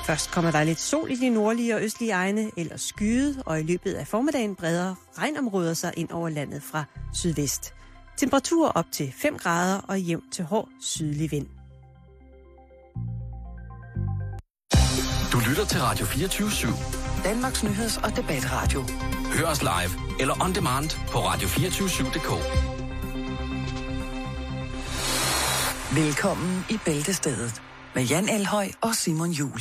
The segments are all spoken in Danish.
Først kommer der lidt sol i de nordlige og østlige egne, eller skyet, og i løbet af formiddagen breder regnområder sig ind over landet fra sydvest. Temperaturer op til 5 grader og jævn til hård sydlig vind. Du lytter til Radio 24/7. Danmarks nyheds- og debatradio. Hør os live eller on demand på radio247.dk. Velkommen i Bæltestedet med Jan Elhøj og Simon Juhl.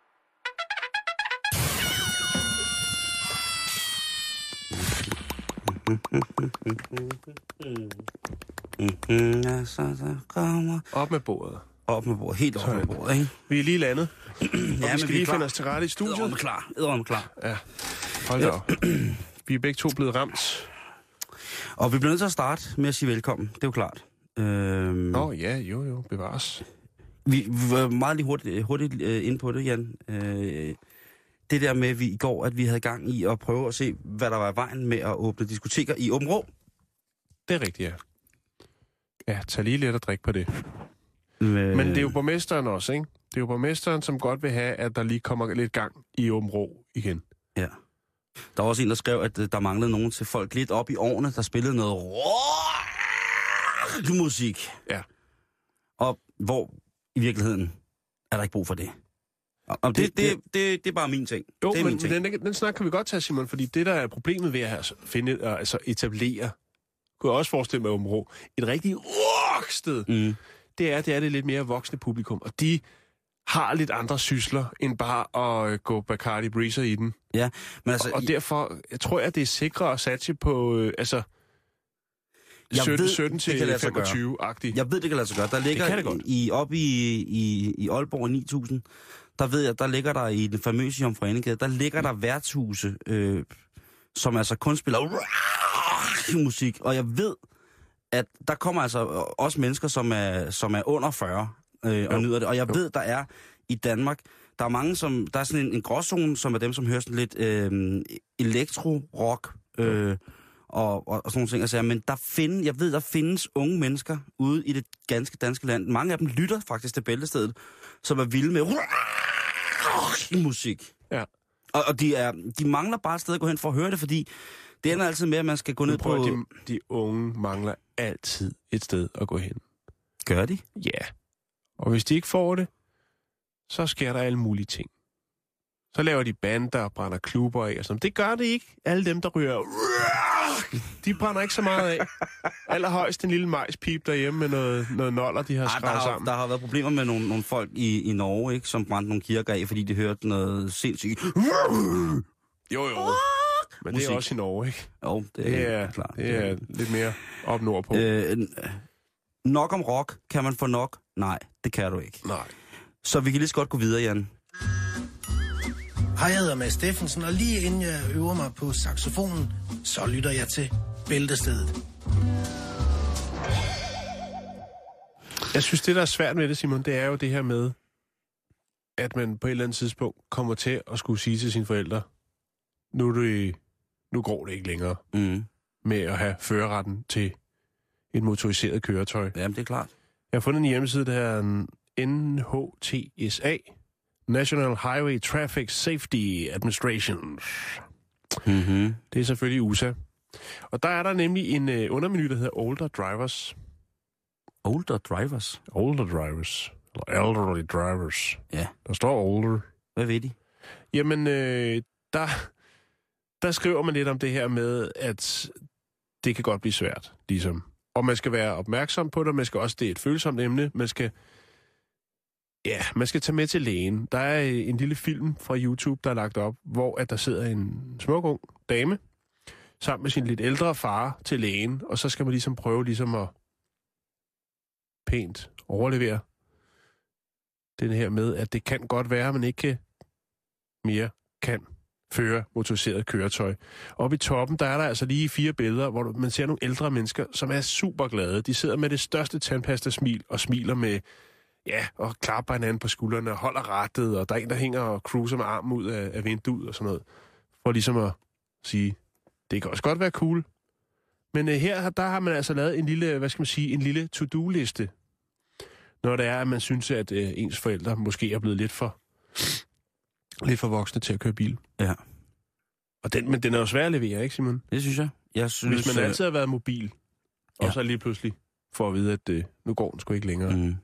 Ja, så kommer... Op med bordet. Op med bordet, helt op med bordet, ikke? Vi er lige landet. Ja, vi skal lige finde os til rette i studiet. Edderom klar. Ja, hold da op. Vi er begge to blevet ramt. Og vi bliver nødt til at starte med at sige velkommen, det er jo klart. Ja, jo, bevares. Vi var meget lige hurtigt inde på det, Jan. Det der med, vi i går, at vi havde gang i at prøve at se, hvad der var i vejen med at åbne diskoteker i åben rå. Det er rigtigt, ja. Ja, tag lige lidt at drikke på det. Men det er jo borgmesteren også, ikke? Det er jo borgmesteren, som godt vil have, at der lige kommer lidt gang i åben rå igen. Ja. Der var også en, der skrev, at der manglede nogen til folk lidt op i årene, der spillede noget musik. Ja. Og hvor i virkeligheden er der ikke brug for det. Og det er bare min ting. Jo, det er men ting. Den snak kan vi godt tage, Simon, fordi det, der er problemet ved at etablere, kunne jeg også forestille mig åben rå, et rigtig rocksted, det er det lidt mere voksne publikum, og de har lidt andre sysler, end bare at gå Bacardi Breezer i den. Ja, men altså... Og derfor tror jeg, det er sikrere at satse på, 17 til 25-agtigt. Jeg ved, det kan lade sig gøre. Der ligger oppe i Aalborg 9000, der ved jeg, der ligger der i den famøse Jomfru Ane-gade, der ligger der værtshuse, som altså kun spiller musik. Og jeg ved, at der kommer altså også mennesker, som er under 40 og nyder det. Og jeg ved, der er i Danmark, der er mange, der er sådan en gråzone, som er dem, som hører sådan lidt elektro-rock, og sådan nogle ting. Altså, men jeg ved, der findes unge mennesker ude i det ganske danske land. Mange af dem lytter faktisk til Bæltestedet, som er vilde med musik. Ja. Og de mangler bare et sted at gå hen for at høre det, fordi det ender altid med, at man skal gå ned på... De unge mangler altid et sted at gå hen. Gør de? Ja. Og hvis de ikke får det, så sker der alle mulige ting. Så laver de bander og brænder klubber af og sådan. Det gør det ikke. Alle dem, der ryger... De brænder ikke så meget af. Allerhøjst en lille majspip derhjemme med noget noller, de har skrevet sammen. Der har været problemer med nogle folk i Norge, ikke, som brændte nogle kirker af, fordi de hørte noget sindssygt. Jo. Men det er også i Norge, ikke? Jo, det er klart. Det er lidt mere op nordpå. Nok om rock. Kan man få nok? Nej, det kan du ikke. Nej. Så vi kan lige så godt gå videre, Jan. Hej, jeg hedder Mads Steffensen, og lige inden jeg øver mig på saxofonen, så lytter jeg til Bæltestedet. Jeg synes, det der er svært med det, Simon, det er jo det her med, at man på et eller andet tidspunkt kommer til at skulle sige til sine forældre, nu går det ikke længere med at have førerretten til et motoriseret køretøj. Jamen, det er klart. Jeg har fundet en hjemmeside, der hedder NHTSA, National Highway Traffic Safety Administration. Mm-hmm. Det er selvfølgelig USA. Og der er der nemlig en undermenu, der hedder Older Drivers. Older Drivers? Older Drivers. Eller Elderly Drivers. Ja. Der står older. Hvad ved de? Jamen, der skriver man lidt om det her med, at det kan godt blive svært, ligesom. Og man skal være opmærksom på det, man skal også, det er et følsomt emne, man skal tage med til lægen. Der er en lille film fra YouTube, der er lagt op, hvor at der sidder en smuk ung dame, sammen med sin lidt ældre far til lægen, og så skal man ligesom prøve at pænt overlevere den her med, at det kan godt være, at man ikke kan føre motoriseret køretøj. Oppe i toppen, der er der altså lige 4 billeder, hvor man ser nogle ældre mennesker, som er super glade. De sidder med det største tandpasta-smil og smiler med, og klapper hinanden på skuldrene og holder rettet, og der er en, der hænger og cruiser med armen ud af vinduet og sådan noget. For ligesom at sige, det kan også godt være cool. Men der har man altså lavet en lille, en lille to-do-liste. Når det er, at man synes, at ens forældre måske er blevet lidt for Lidt for voksne til at køre bil. Ja. Men den er jo svær at levere, ikke Simon? Det synes jeg. Jeg synes, hvis man altid har været mobil, og så lige pludselig får at vide, at nu går den sgu ikke længere. Mm.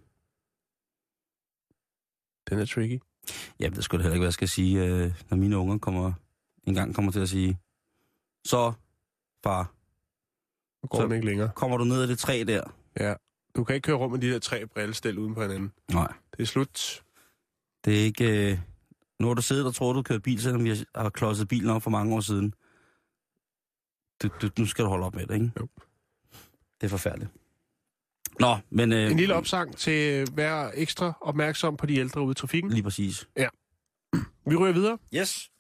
Den er tricky. Jeg ved sgu da heller ikke, hvad jeg skal sige, når mine unger kommer til at sige, så far, Nu går den ikke længere. Kommer du ned ad det træ der? Ja. Du kan ikke køre rundt med de der 3 brillestel uden på hinanden. Nej. Det er slut. Det er ikke... Nu har du siddet og troet, du kører bil, selvom vi har klodset bilen op for mange år siden. Nu skal du holde op med det, ikke? Jo. Det er forfærdeligt. Nå, men... En lille opsang til at være ekstra opmærksom på de ældre ude i trafikken. Lige præcis. Ja. Vi ryger videre. Yes.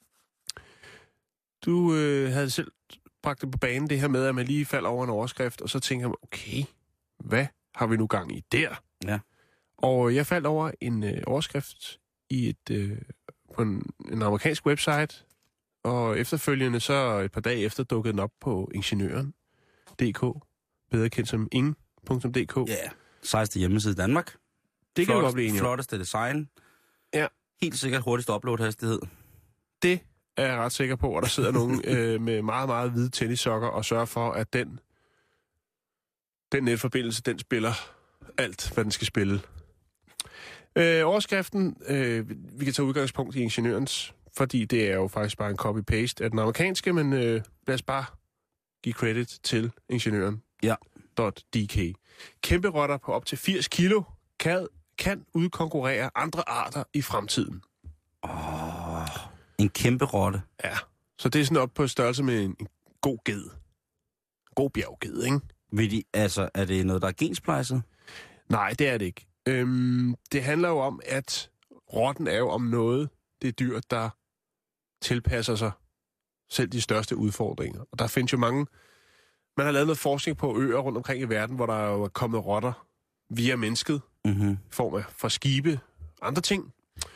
Du havde selv bragt det på banen, det her med, at man lige falder over en overskrift, og så tænker man, okay, hvad har vi nu gang i der? Ja. Og jeg faldt over en overskrift i på en amerikansk website, og efterfølgende så et par dage efter dukkede den op på ingeniøren.dk, bedre kendt som ing.dk. Ja, yeah. Sejste hjemmeside i Danmark. Det kan vi godt blive enige om. Flotteste design. Ja. Helt sikkert hurtigste upload-hastighed. Det er jeg ret sikker på, at der sidder nogen med meget, meget hvide tennissokker og sørger for, at den netforbindelse, den spiller alt, hvad den skal spille. Overskriften, vi kan tage udgangspunkt i ingeniørens, fordi det er jo faktisk bare en copy-paste af den amerikanske, men lad os bare give credit til ingeniøren. Ja. .dk. Kæmpe rotter på op til 80 kilo kan udkonkurrere andre arter i fremtiden. En kæmpe rotte. Ja, så det er sådan op på størrelse med en god ged. God bjergged, ikke? Er det noget, der er gensplejset? Nej, det er det ikke. Det handler jo om, at rotten er jo om noget, det er dyr, der tilpasser sig selv de største udfordringer. Og der findes jo mange... Man har lavet noget forskning på øer rundt omkring i verden, hvor der er kommet rotter via mennesket, i form af fra skibe, andre ting.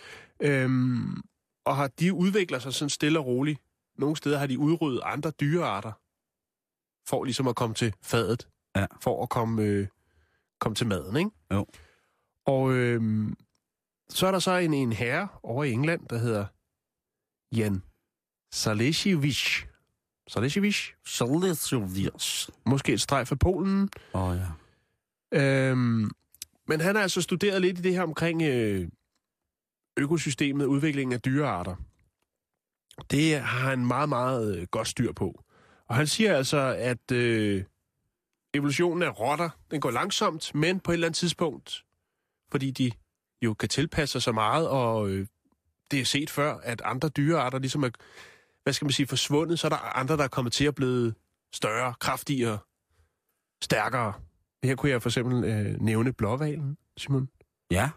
Og har de udviklet sig sådan stille og roligt. Nogle steder har de udryddet andre dyrearter, for ligesom at komme til fadet, for at komme til maden, ikke? Jo. Og så er der så en herre over i England, der hedder Jan Zalesiewicz. Måske et streg for Polen. Ja. Men han har altså studeret lidt i det her omkring økosystemet, udviklingen af dyrearter. Det har han meget, meget godt styr på. Og han siger altså, at evolutionen af rotter, den går langsomt, men på et eller andet tidspunkt, fordi de jo kan tilpasse sig så meget, og det er set før, at andre dyrearter ligesom er, forsvundet, så er der andre, der er kommet til at blive større, kraftigere, stærkere. Her kunne jeg for eksempel nævne blåhvalen, Simon. Ja.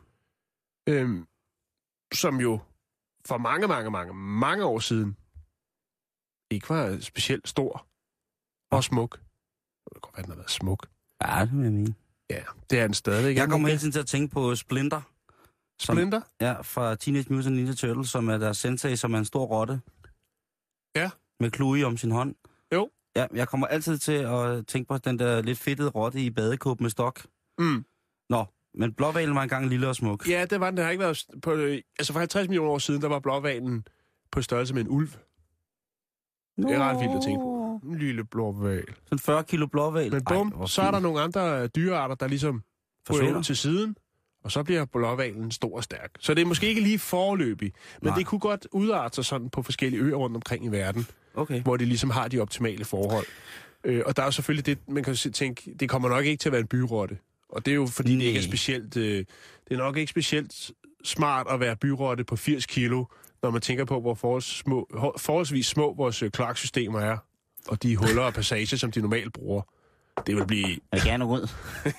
Som jo for mange år siden ikke var specielt stor og smuk. Det kan godt være, den har været smuk. Ja, det vil jeg mene. Ja, det er den stadigvæk. Jeg kommer hele tiden til at tænke på Splinter. Splinter? Ja, fra Teenage Mutant Ninja Turtles, som er der sensei, som er en stor rotte. Ja. Med Chloe om sin hånd. Jo. Ja, jeg kommer altid til at tænke på den der lidt fedtede rotte i badekåb med stok. Nå, men blåhvalen var engang lille og smuk. Ja, det var den. Der har ikke været på... Altså for 50 millioner år siden, der var blåhvalen på størrelse med en ulv. Det er ret vildt at tænke på. En lille blåhval. Sådan 40 kilo blåhval. Men bum, så er der nogle andre dyrearter, der ligesom forsvinder til siden, og så bliver blåhvalen stor og stærk. Så det er måske ikke lige foreløbig, men det kunne godt udarte sig sådan på forskellige øer rundt omkring i verden, hvor de ligesom har de optimale forhold. Og der er jo selvfølgelig det, man kan tænke, det kommer nok ikke til at være en byrotte. Og det er jo fordi, det ikke er specielt... det er nok ikke specielt smart at være byrotte på 80 kilo, når man tænker på, hvor forholdsvis små vores kloaksystemer er, og de huller og passager, som de normalt bruger. Det vil blive... Jeg gerne ud.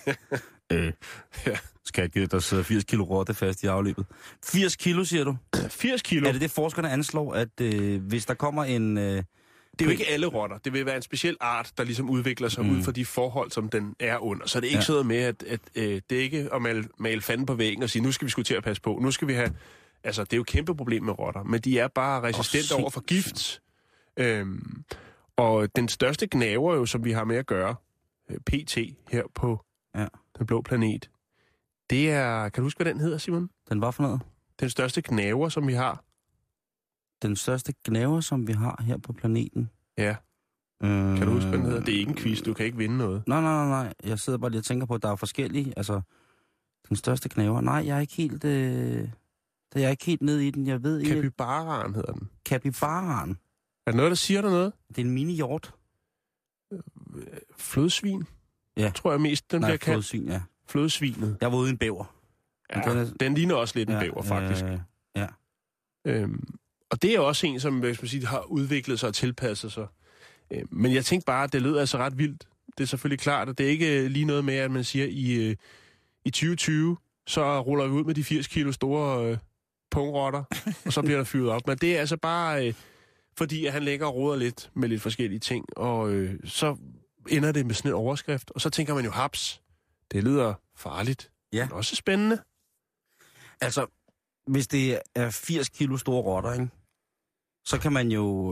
Skal jeg give, der sidder 80 kilo rotte fast i afløbet. 80 kilo, siger du? 80 kilo? Er det forskerne anslår, at hvis der kommer en... Det er jo ikke alle rotter. Det vil være en speciel art, der ligesom udvikler sig ud fra de forhold, som den er under. Så det er ikke sådan med, at det er ikke at male fanden på væggen og sige, nu skal vi sgu til at passe på. Nu skal vi have... Altså, det er jo et kæmpe problem med rotter, men de er bare resistente over for gift. Og den største gnaver jo, som vi har med at gøre, PT her på den blå planet, det er... Kan du huske, hvad den hedder, Simon? Den var for noget? Den største gnaver, som vi har den største gnaver, som vi har her på planeten. Ja. Kan du huske, hvad den hedder? Det er ikke en quiz, du kan ikke vinde noget. Nej. Jeg sidder bare lige og tænker på, at der er forskellige. Altså, den største gnaver. Nej, jeg er ikke helt... jeg er ikke helt nede i den. Jeg ved ikke... Capybaraen hedder den. Capybaraen. Er det noget, der siger dig noget? Det er en mini-hjort. Flodsvin? Ja. Tror jeg mest, den bliver kaldt. Flodsvin, ja. Flodsvinet. Jeg var ude i en bæver. Ja, den ligner også lidt en bæver, faktisk. Ja. Og det er også en, som hvis man siger, har udviklet sig og tilpasset sig. Men jeg tænkte bare, at det lød altså ret vildt. Det er selvfølgelig klart, at det er ikke lige noget med, at man siger, i 2020, så ruller vi ud med de 80 kilo store pungrotter, og så bliver der fyret op. Men det er altså bare, fordi at han lægger og roder lidt med lidt forskellige ting, og så ender det med sådan en overskrift, og så tænker man jo, haps, det lyder farligt, men også spændende. Altså, hvis det er 80 kilo store rotter, ikke? Så kan man jo...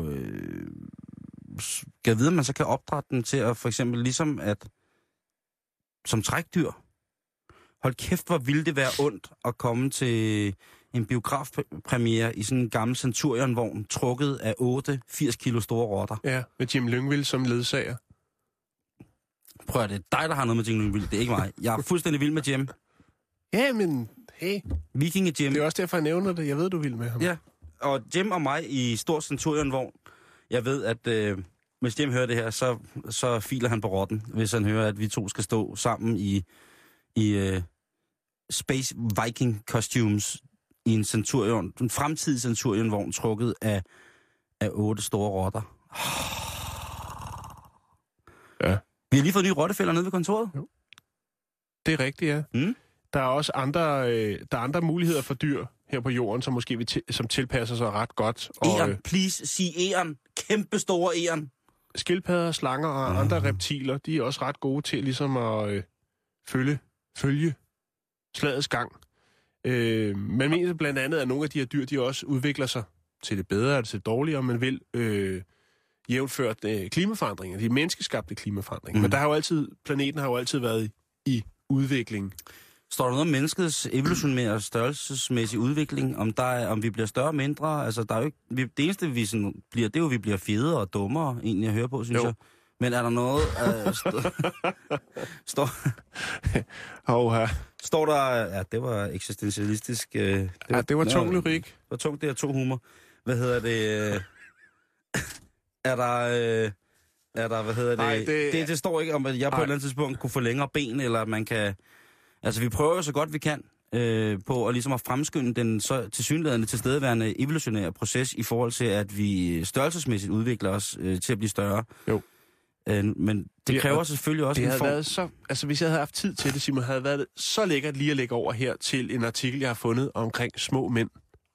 kan vide, at man så kan opdrætte den til at for eksempel ligesom at... Som trækdyr. Hold kæft, hvor ville det være ondt at komme til en biografpremiere i sådan en gammel Centurion-vogn, trukket af 8 80 kilo store rotter. Ja, med Jim Lyngvild som ledsager. Prøv at det er dig, der har noget med Jim Lyngvild. Det er ikke mig. Jeg er fuldstændig vild med Jim. Ja, men hey. Vikinge Jim. Det er også derfor, jeg nævner det. Jeg ved, du vil med ham. Ja, og Jim og mig i stor Centurion-vogn. Jeg ved, at hvis Jim hører det her, så filer han på rotten, hvis han hører, at vi to skal stå sammen i Space Viking costumes i en Centurion, en fremtidig Centurion-vogn trukket af 8 store rotter. Ja. Vi har lige fået nye rottefælder nede ved kontoret. Jo. Det er rigtigt, ja. Der er også andre muligheder for dyr her på jorden, som måske som tilpasser sig ret godt. Egern, please, sig egern. Kæmpe store egern. Skildpadder, slanger og andre reptiler, de er også ret gode til ligesom at følge slagets gang. Man mener blandt andet, at nogle af de her dyr, de også udvikler sig til det bedre eller til det dårligere, man vil jævnført klimaforandringer, de menneskeskabte klimaforandringer. Men planeten har jo altid været i udvikling. Står der noget om menneskets evolutionære størrelsesmæssig udvikling? Om vi bliver større og mindre? Altså, der er jo ikke, det eneste, vi sådan bliver, det er jo, vi bliver federe og dummere, egentlig at høre på, synes jeg. Men er der noget... Står der... Ja, det var eksistentialistisk... det var tung lyrik. Det var tungt, det er to humor. Hvad hedder det... Er der, hvad hedder det? Nej, det står ikke om, at jeg på et eller andet tidspunkt kunne få længere ben, eller man kan... Altså, vi prøver jo så godt vi kan på at ligesom at fremskynde den så tilsyneladende tilstedeværende evolutionære proces i forhold til, at vi størrelsesmæssigt udvikler os til at blive større. Jo. Men det kræver selvfølgelig også en form... Været så, altså, hvis jeg havde haft tid til det, Simon, havde været så lækkert lige at lægge over her til en artikel, jeg har fundet omkring små mænd.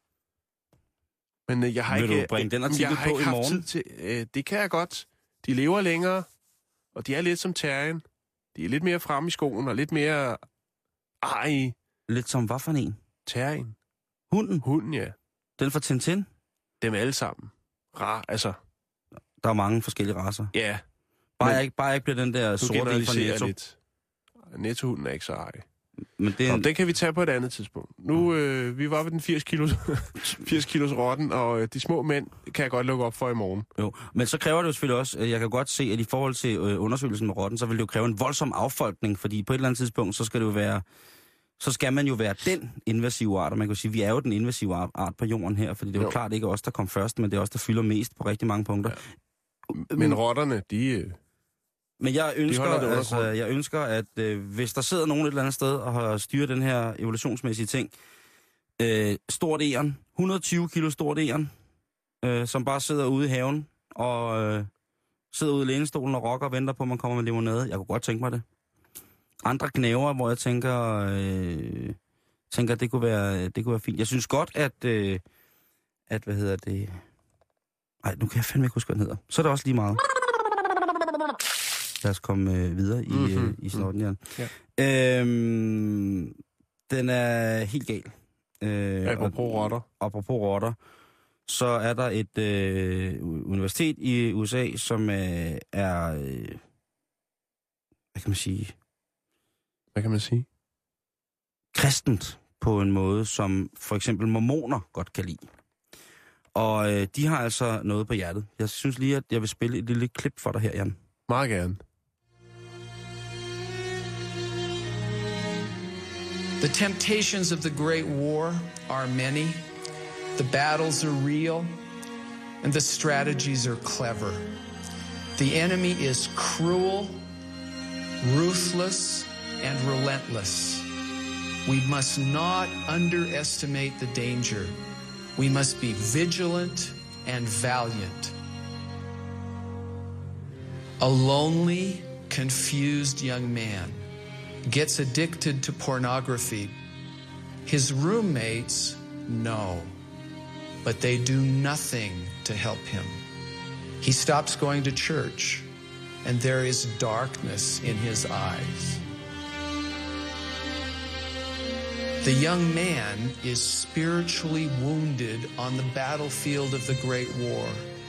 Men jeg har ikke... Vil du bringe den artikel på i morgen? Tid til, det kan jeg godt. De lever længere, og de er lidt som terrien. De er lidt mere fremme i skoen, og lidt mere... Lidt som hvad for en? Terrien. Hunden, ja. Den fra Tintin? Dem alle sammen. Altså... Der er mange forskellige racer. Ja. Bare jeg ikke bliver den der sorte en fra Netto. Lidt. Nettohunden er ikke så ej. Men den kan vi tage på et andet tidspunkt. Nu, vi var ved den 80 kilos rotten, og de små mænd kan jeg godt lukke op for i morgen. Jo, men så kræver det jo selvfølgelig også, jeg kan godt se, at i forhold til undersøgelsen med rotten, så vil det jo kræve en voldsom affolkning, fordi på et eller andet tidspunkt, så skal man jo være den invasive art, og man kan jo sige, at vi er jo den invasive art på jorden her, fordi det er jo klart ikke os, der kom først, men det er os, der fylder mest på rigtig mange punkter. Ja. Men rotterne, de... Men jeg ønsker, at hvis der sidder nogen et eller andet sted og har styret den her evolutionsmæssige ting, stort egern, 120 kilo stort egern, som bare sidder ude i haven og sidder ude i lænestolen og rocker og venter på, at man kommer med limonade. Jeg kunne godt tænke mig det. Andre knæver, hvor jeg tænker, det kunne være fint. Jeg synes godt, at hvad hedder det... Ej, nu kan jeg fandme ikke huske, hvad den hedder. Så er det også lige meget. Lad os komme videre i snotten, Jan. Ja. Den er helt gal. Apropos rotter. Så er der et universitet i USA, som er... Hvad kan man sige? Kristent på en måde, som for eksempel mormoner godt kan lide. Og de har altså noget på hjertet. Jeg synes lige, at jeg vil spille et lille klip for dig her, Jan. Meget gerne. The temptations of the great war are many. The battles are real, and the strategies are clever. The enemy is cruel, ruthless, and relentless. We must not underestimate the danger. We must be vigilant and valiant. A lonely, confused young man gets addicted to pornography. His roommates know, but they do nothing to help him. He stops going to church, and there is darkness in his eyes. The young man is spiritually wounded on the battlefield of the Great War.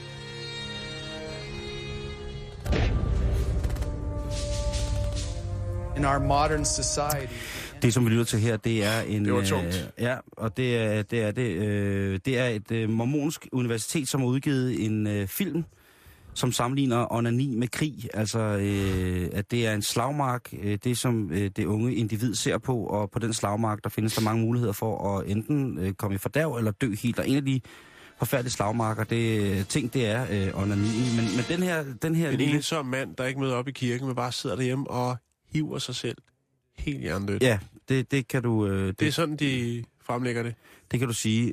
In our modern society. Det, som vi lytter til her, det er en... Det var tungt. Ja, og det er et mormonsk universitet, som har udgivet en film, som sammenligner onani med krig. Altså, at det er en slagmark, det som det unge individ ser på, og på den slagmark, der findes der mange muligheder for at enten komme i fordærv eller dø helt. Og en af de forfærdelige slagmarker, det er onani. Men den her en ensom mand, der ikke møder op i kirken, men bare sidder derhjemme og hiver sig selv helt hjernedødt. Ja, det kan du... Det er sådan, de fremlægger det. Det kan du sige.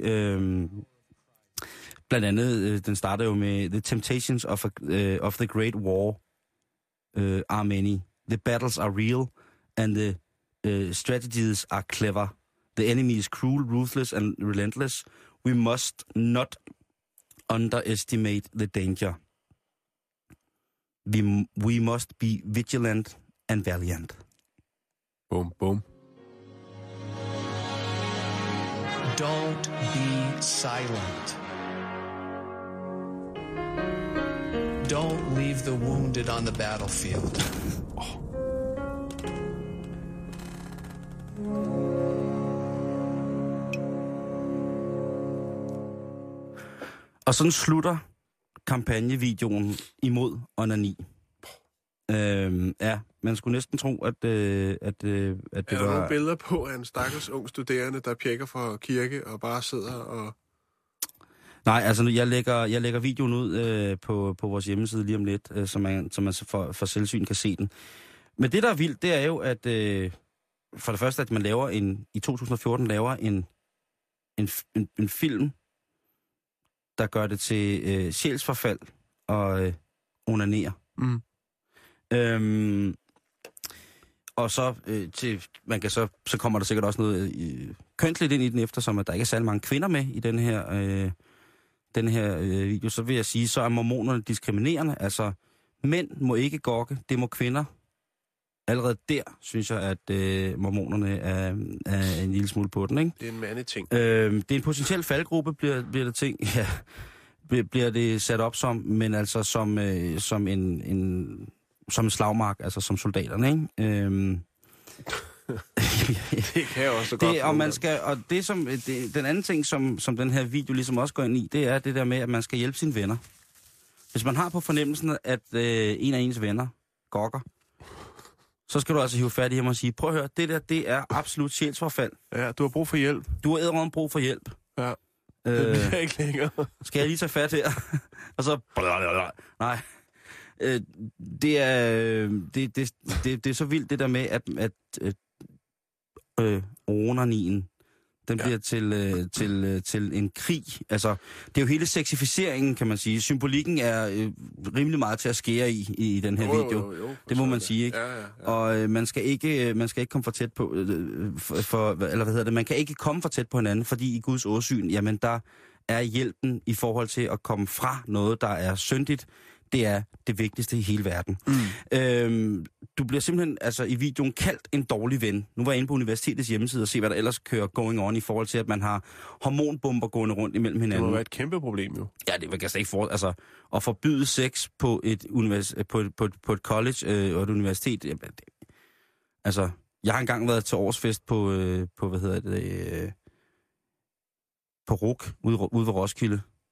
Blandt andet, den starter jo med The temptations of the great war are many. The battles are real, and the strategies are clever. The enemy is cruel, ruthless, and relentless. We must not underestimate the danger. We must be vigilant and valiant. Bum, bum. Don't be silent. Don't leave the wounded on the battlefield. Og sådan slutter kampagnevideoen imod onani. Ja, man skulle næsten tro, at det er der var... nogle billeder på af en stakkels ung studerende, der pjekker fra kirke og bare sidder og... Nej, altså jeg lægger videoen ud på vores hjemmeside lige om lidt, så man for selvsyn kan se den. Men det, der er vildt, det er jo, at for det første, at man i 2014 laver en film, der gør det til sjælsforfald og onanere. Mm. Og så så kommer der sikkert også noget kønsligt ind i den, eftersom at der ikke er særlig mange kvinder med i den her video. Så vil jeg sige, så er mormonerne diskriminerende. Altså, mænd må ikke gokke, det må kvinder. Allerede der synes jeg, at mormonerne er en lille smule på den, ikke? Det er en mandeting. Det er en potentiel faldgruppe, bliver det ting. Ja, bliver det sat op som, men altså som en slagmark, altså som soldaterne, ikke? Det kan jeg også godt. Den anden ting, som den her video ligesom også går ind i, det er det der med, at man skal hjælpe sine venner. Hvis man har på fornemmelsen, at en af ens venner gokker, så skal du altså hive fat i ham og sige, prøv at høre, det er absolut sjælsforfald. Ja, du har brug for hjælp. Du har eddermame brug for hjælp. Ja, det bliver ikke længere. Skal jeg lige tage fat her? Og så... Nej. Det er så vildt det der med, at onanien, den bliver til en krig. Altså, det er jo hele sexificeringen, kan man sige. Symbolikken er rimelig meget til at skære i den her video. Jo, det må man sige, ikke? Ja. Og man skal ikke komme for tæt på, man kan ikke komme for tæt på hinanden, fordi i Guds åsyn, jamen der er hjælpen i forhold til at komme fra noget, der er syndigt. Det er det vigtigste i hele verden. Du bliver simpelthen altså i videoen kaldt en dårlig ven. Nu var jeg inde på universitetets hjemmeside og se, hvad der ellers kører going on i forhold til, at man har hormonbomber gående rundt imellem hinanden. Det må være et kæmpe problem jo. Ja, det kan jeg slet ikke for. Altså, at forbyde sex på et college og et universitet. Altså, jeg har engang været til årsfest på RUC ude ved Roskilde.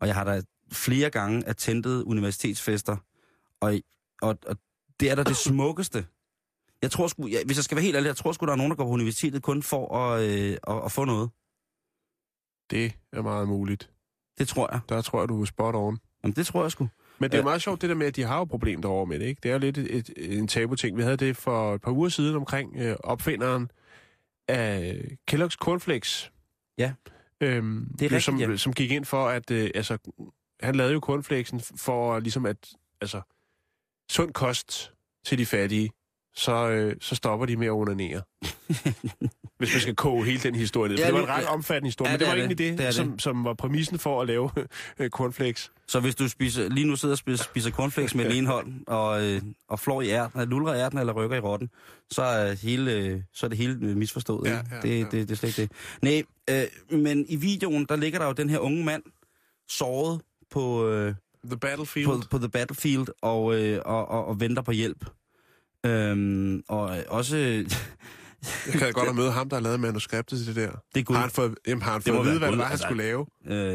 Og jeg har da flere gange attendet universitetsfester, og det er da det smukkeste. Jeg tror sgu, hvis jeg skal være helt ærlig, jeg tror sgu, der er nogen, der går på universitetet kun for at få noget. Det er meget muligt. Det tror jeg. Der tror jeg, du er spot on. Jamen, det tror jeg sgu. Men det er meget sjovt, det der med, at de har jo problem derovre med det, ikke? Det er jo lidt en tabu-ting. Vi havde det for et par uger siden omkring opfinderen af Kellogg's Cornflakes. Ja, det er rigtigt, som gik ind for, at han lavede jo cornflakesen for ligesom at, sund kost til de fattige, så stopper de med at onanere. Hvis man skal koge hele den historie ned. Ja, det var en ret omfattende historie, men det var egentlig det, som var præmissen for at lave cornflakes. Så hvis du lige nu sidder og spiser cornflakes med den ene hånd, og flår i ærten, lulrer i ærten eller rykker i rotten, så er det hele misforstået. Ja, det er slet ikke det. Nej, men i videoen, der ligger der jo den her unge mand, såret på The Battlefield, på The Battlefield og venter på hjælp. Og også... Jeg kan godt have møde ham, der har lavet manuskriptet til det der. Det er Gud. Har han fået at vide, hvad det var, han skulle lave?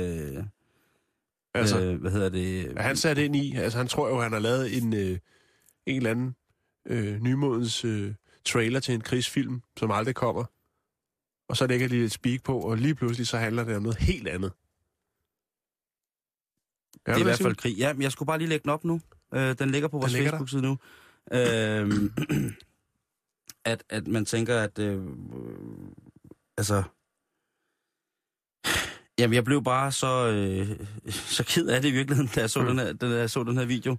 Hvad hedder det? Er han sat ind i? Altså, han tror jo, han har lavet en eller anden nymodens trailer til en krigsfilm, som aldrig kommer. Og så lægger de et speak på, og lige pludselig så handler det om noget helt andet. Det er i hvert fald krig. Ja, jeg skulle bare lige lægge den op nu. Den ligger på vores Facebook-side nu. At man tænker, at jamen, jeg blev bare så ked af det i virkeligheden, da jeg så den her video.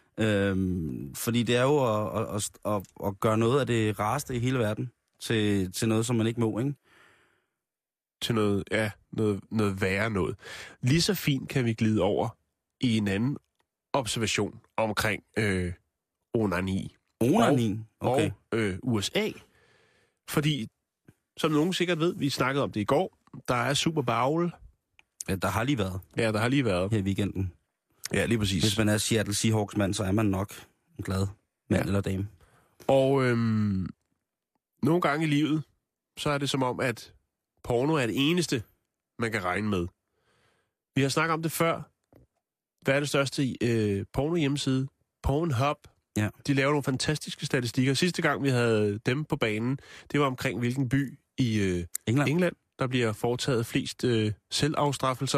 Fordi det er jo at gøre noget af det rareste i hele verden til noget, som man ikke må, ikke? Til noget værre noget. Lige så fint kan vi glide over i en anden observation omkring onani. Onani? Okay. Og USA. Fordi, som nogen sikkert ved, vi snakkede om det i går, der er Super Bowl. Ja, der har lige været. Ja, der har lige været. Her i weekenden. Ja, lige præcis. Hvis man er Seattle Seahawks mand, så er man nok en glad mand eller dame. Og nogle gange i livet, så er det som om, at porno er det eneste, man kan regne med. Vi har snakket om det før. Hvad er det største porno-hjemmeside? Pornhub. Ja. De laver nogle fantastiske statistikker. Sidste gang, vi havde dem på banen, det var omkring hvilken by i England, der bliver foretaget flest selvafstraffelser.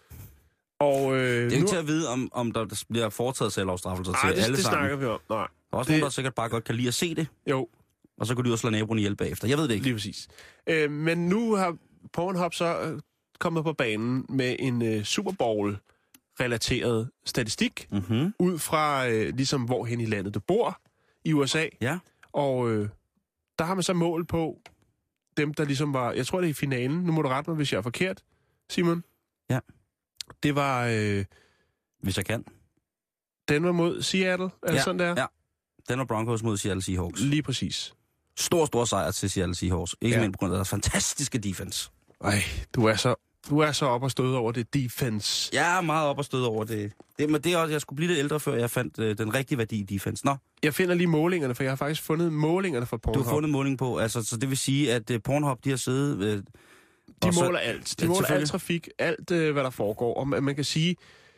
Og, det er jo ikke til at vide, om der bliver foretaget selvafstraffelser til alle sammen. Nej, det snakker vi om. Nej. Der er også nogen, der sikkert bare godt kan lide at se det. Jo. Og så kan de også slå naboen ihjel bagefter. Jeg ved det ikke. Lige præcis. Men nu har Pornhub så kommet på banen med en Super Bowl-relateret statistik, ud fra ligesom hvorhen i landet du bor i USA. Ja. Og der har man så mål på dem, der ligesom var... Jeg tror, det er i finalen. Nu må du rette mig, hvis jeg er forkert, Simon. Ja. Det var... hvis jeg kan. Denver mod Seattle, er det sådan der? Ja. Denver Broncos mod Seattle Seahawks. Lige præcis. Stor sejr til Seattle Seahawks. Ikke mindst på grund af deres fantastiske defense. Ej, du er så op og støde over det defense. Jeg er meget op og støde over det. Men det er også, jeg skulle blive lidt ældre, før jeg fandt den rigtige værdi i defense. Nå. Jeg finder lige målingerne, for jeg har faktisk fundet målingerne for Pornhub. Du har fundet måling på, altså, så det vil sige, at Pornhub, de har siddet... de måler alt. De måler alt trafik, alt hvad der foregår. Og man kan sige...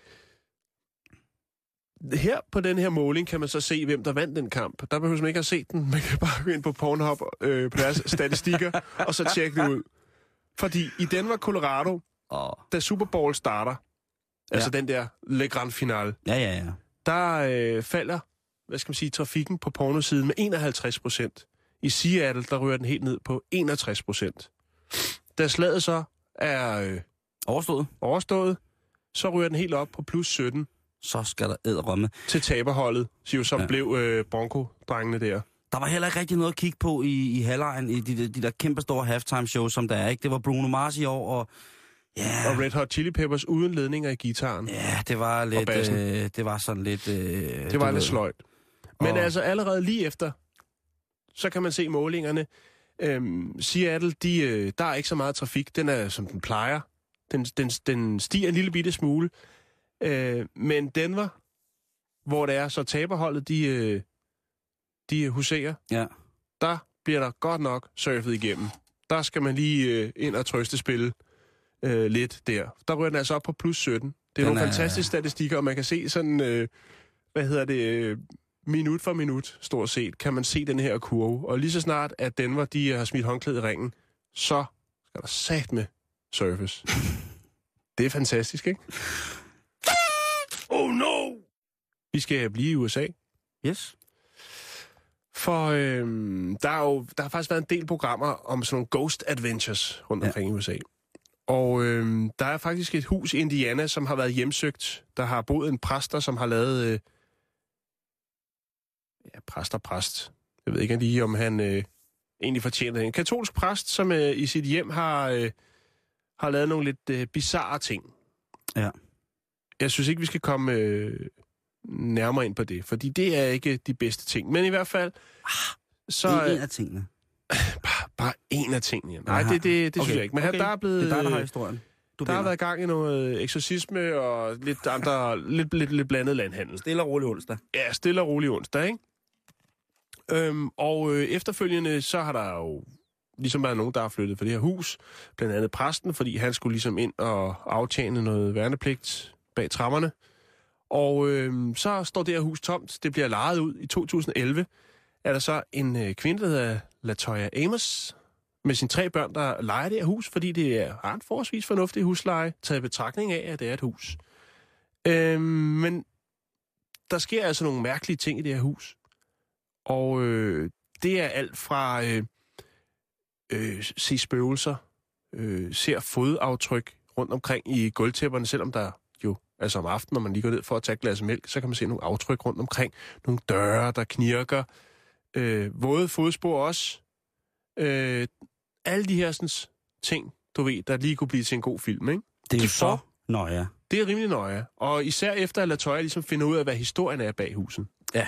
Her på den her måling kan man så se, hvem der vandt den kamp. Der behøver man ikke at se den. Man kan bare gå ind på Pornhub på deres statistikker, og så tjekke det ud. Fordi i Denver, Colorado, da Super Bowl starter, altså den der Le Grand Finale, der falder, trafikken på pornosiden med 51%. I Seattle, der rører den helt ned på 61%. Da slaget så er overstået, så rører den helt op på plus 17. Så skal der edderrømme. Til taberholdet, som blev Bronco-drengene der. Der var heller ikke rigtig noget at kigge på i halvlejen, i de der kæmpe store halftime shows, som der er, ikke? Det var Bruno Mars i år, og Red Hot Chili Peppers uden ledninger i gitaren. Ja, det var lidt... det var sådan lidt... det var lidt sløjt. Men altså allerede lige efter, så kan man se målingerne. Seattle, der er ikke så meget trafik. Den er, som den plejer. Den stiger en lille bitte smule. Men Denver, hvor det er så taberholdet, de huserer, der bliver der godt nok surfet igennem. Der skal man lige ind og trøstespille lidt der. Der rører den altså op på plus 17. Det er nogle fantastiske statistikker, og man kan se sådan, minut for minut, stort set, kan man se den her kurve. Og lige så snart, at Denver, de har smidt håndklædet i ringen, så skal der satme surfes. Det er fantastisk, ikke? Oh no! Vi skal blive i USA. Yes. For der har faktisk været en del programmer om sådan nogle ghost adventures rundt omkring i USA. Og der er faktisk et hus i Indiana, som har været hjemsøgt. Der har boet en præster, som har lavet... præst. Jeg ved ikke lige, om han egentlig fortjener det. En katolsk præst, som i sit hjem har lavet nogle lidt bizarre ting. Ja. Jeg synes ikke, vi skal komme nærmere ind på det, fordi det er ikke de bedste ting. Men i hvert fald... så en af tingene. Bare en af tingene. Nej, det synes jeg ikke. Men her, der er blevet... Det er der har historien. Der har været gang i noget eksorcisme og lidt andre, lidt blandet landhandel. Stille og rolig onsdag. Ja, stille og rolig onsdag, ikke? Efterfølgende, så har der jo ligesom været nogen, der har flyttet fra det her hus. Blandt andet præsten, fordi han skulle ligesom ind og aftjene noget værnepligt bag trammerne. Og så står det her hus tomt. Det bliver lejet ud. I 2011 er der så en kvinde, der hedder Latoya Amos, med sine 3 børn, der leger det her hus, fordi det er en forholdsvis fornuftig husleje, taget i betragtning af, at det er et hus. Men der sker altså nogle mærkelige ting i det her hus. Og det er alt fra se spøgelser, ser fodaftryk rundt omkring i gulvtæpperne, selvom der jo, altså om aftenen, når man lige går ned for at tage et glas mælk, så kan man se nogle aftryk rundt omkring, nogle døre, der knirker, våde fodspor også. Alle de her sådan, ting, du ved, der lige kunne blive til en god film, ikke? Det er jo så nøje. Det er rimelig nøje. Og især efter, at Latoya ligesom finder ud af, hvad historien er bag huset. Ja.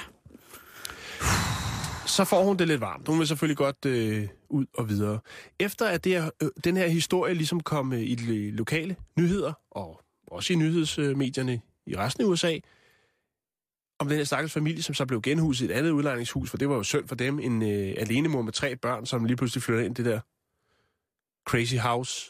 Så får hun det lidt varmt. Hun vil selvfølgelig godt ud og videre. Efter at den her historie ligesom kom i de lokale nyheder, og også i nyhedsmedierne i resten af USA, om den her stakkels familie, som så blev genhuset i et andet udlejningshus, for det var jo synd for dem, en alenemor med 3 børn, som lige pludselig flytter ind i det der crazy house.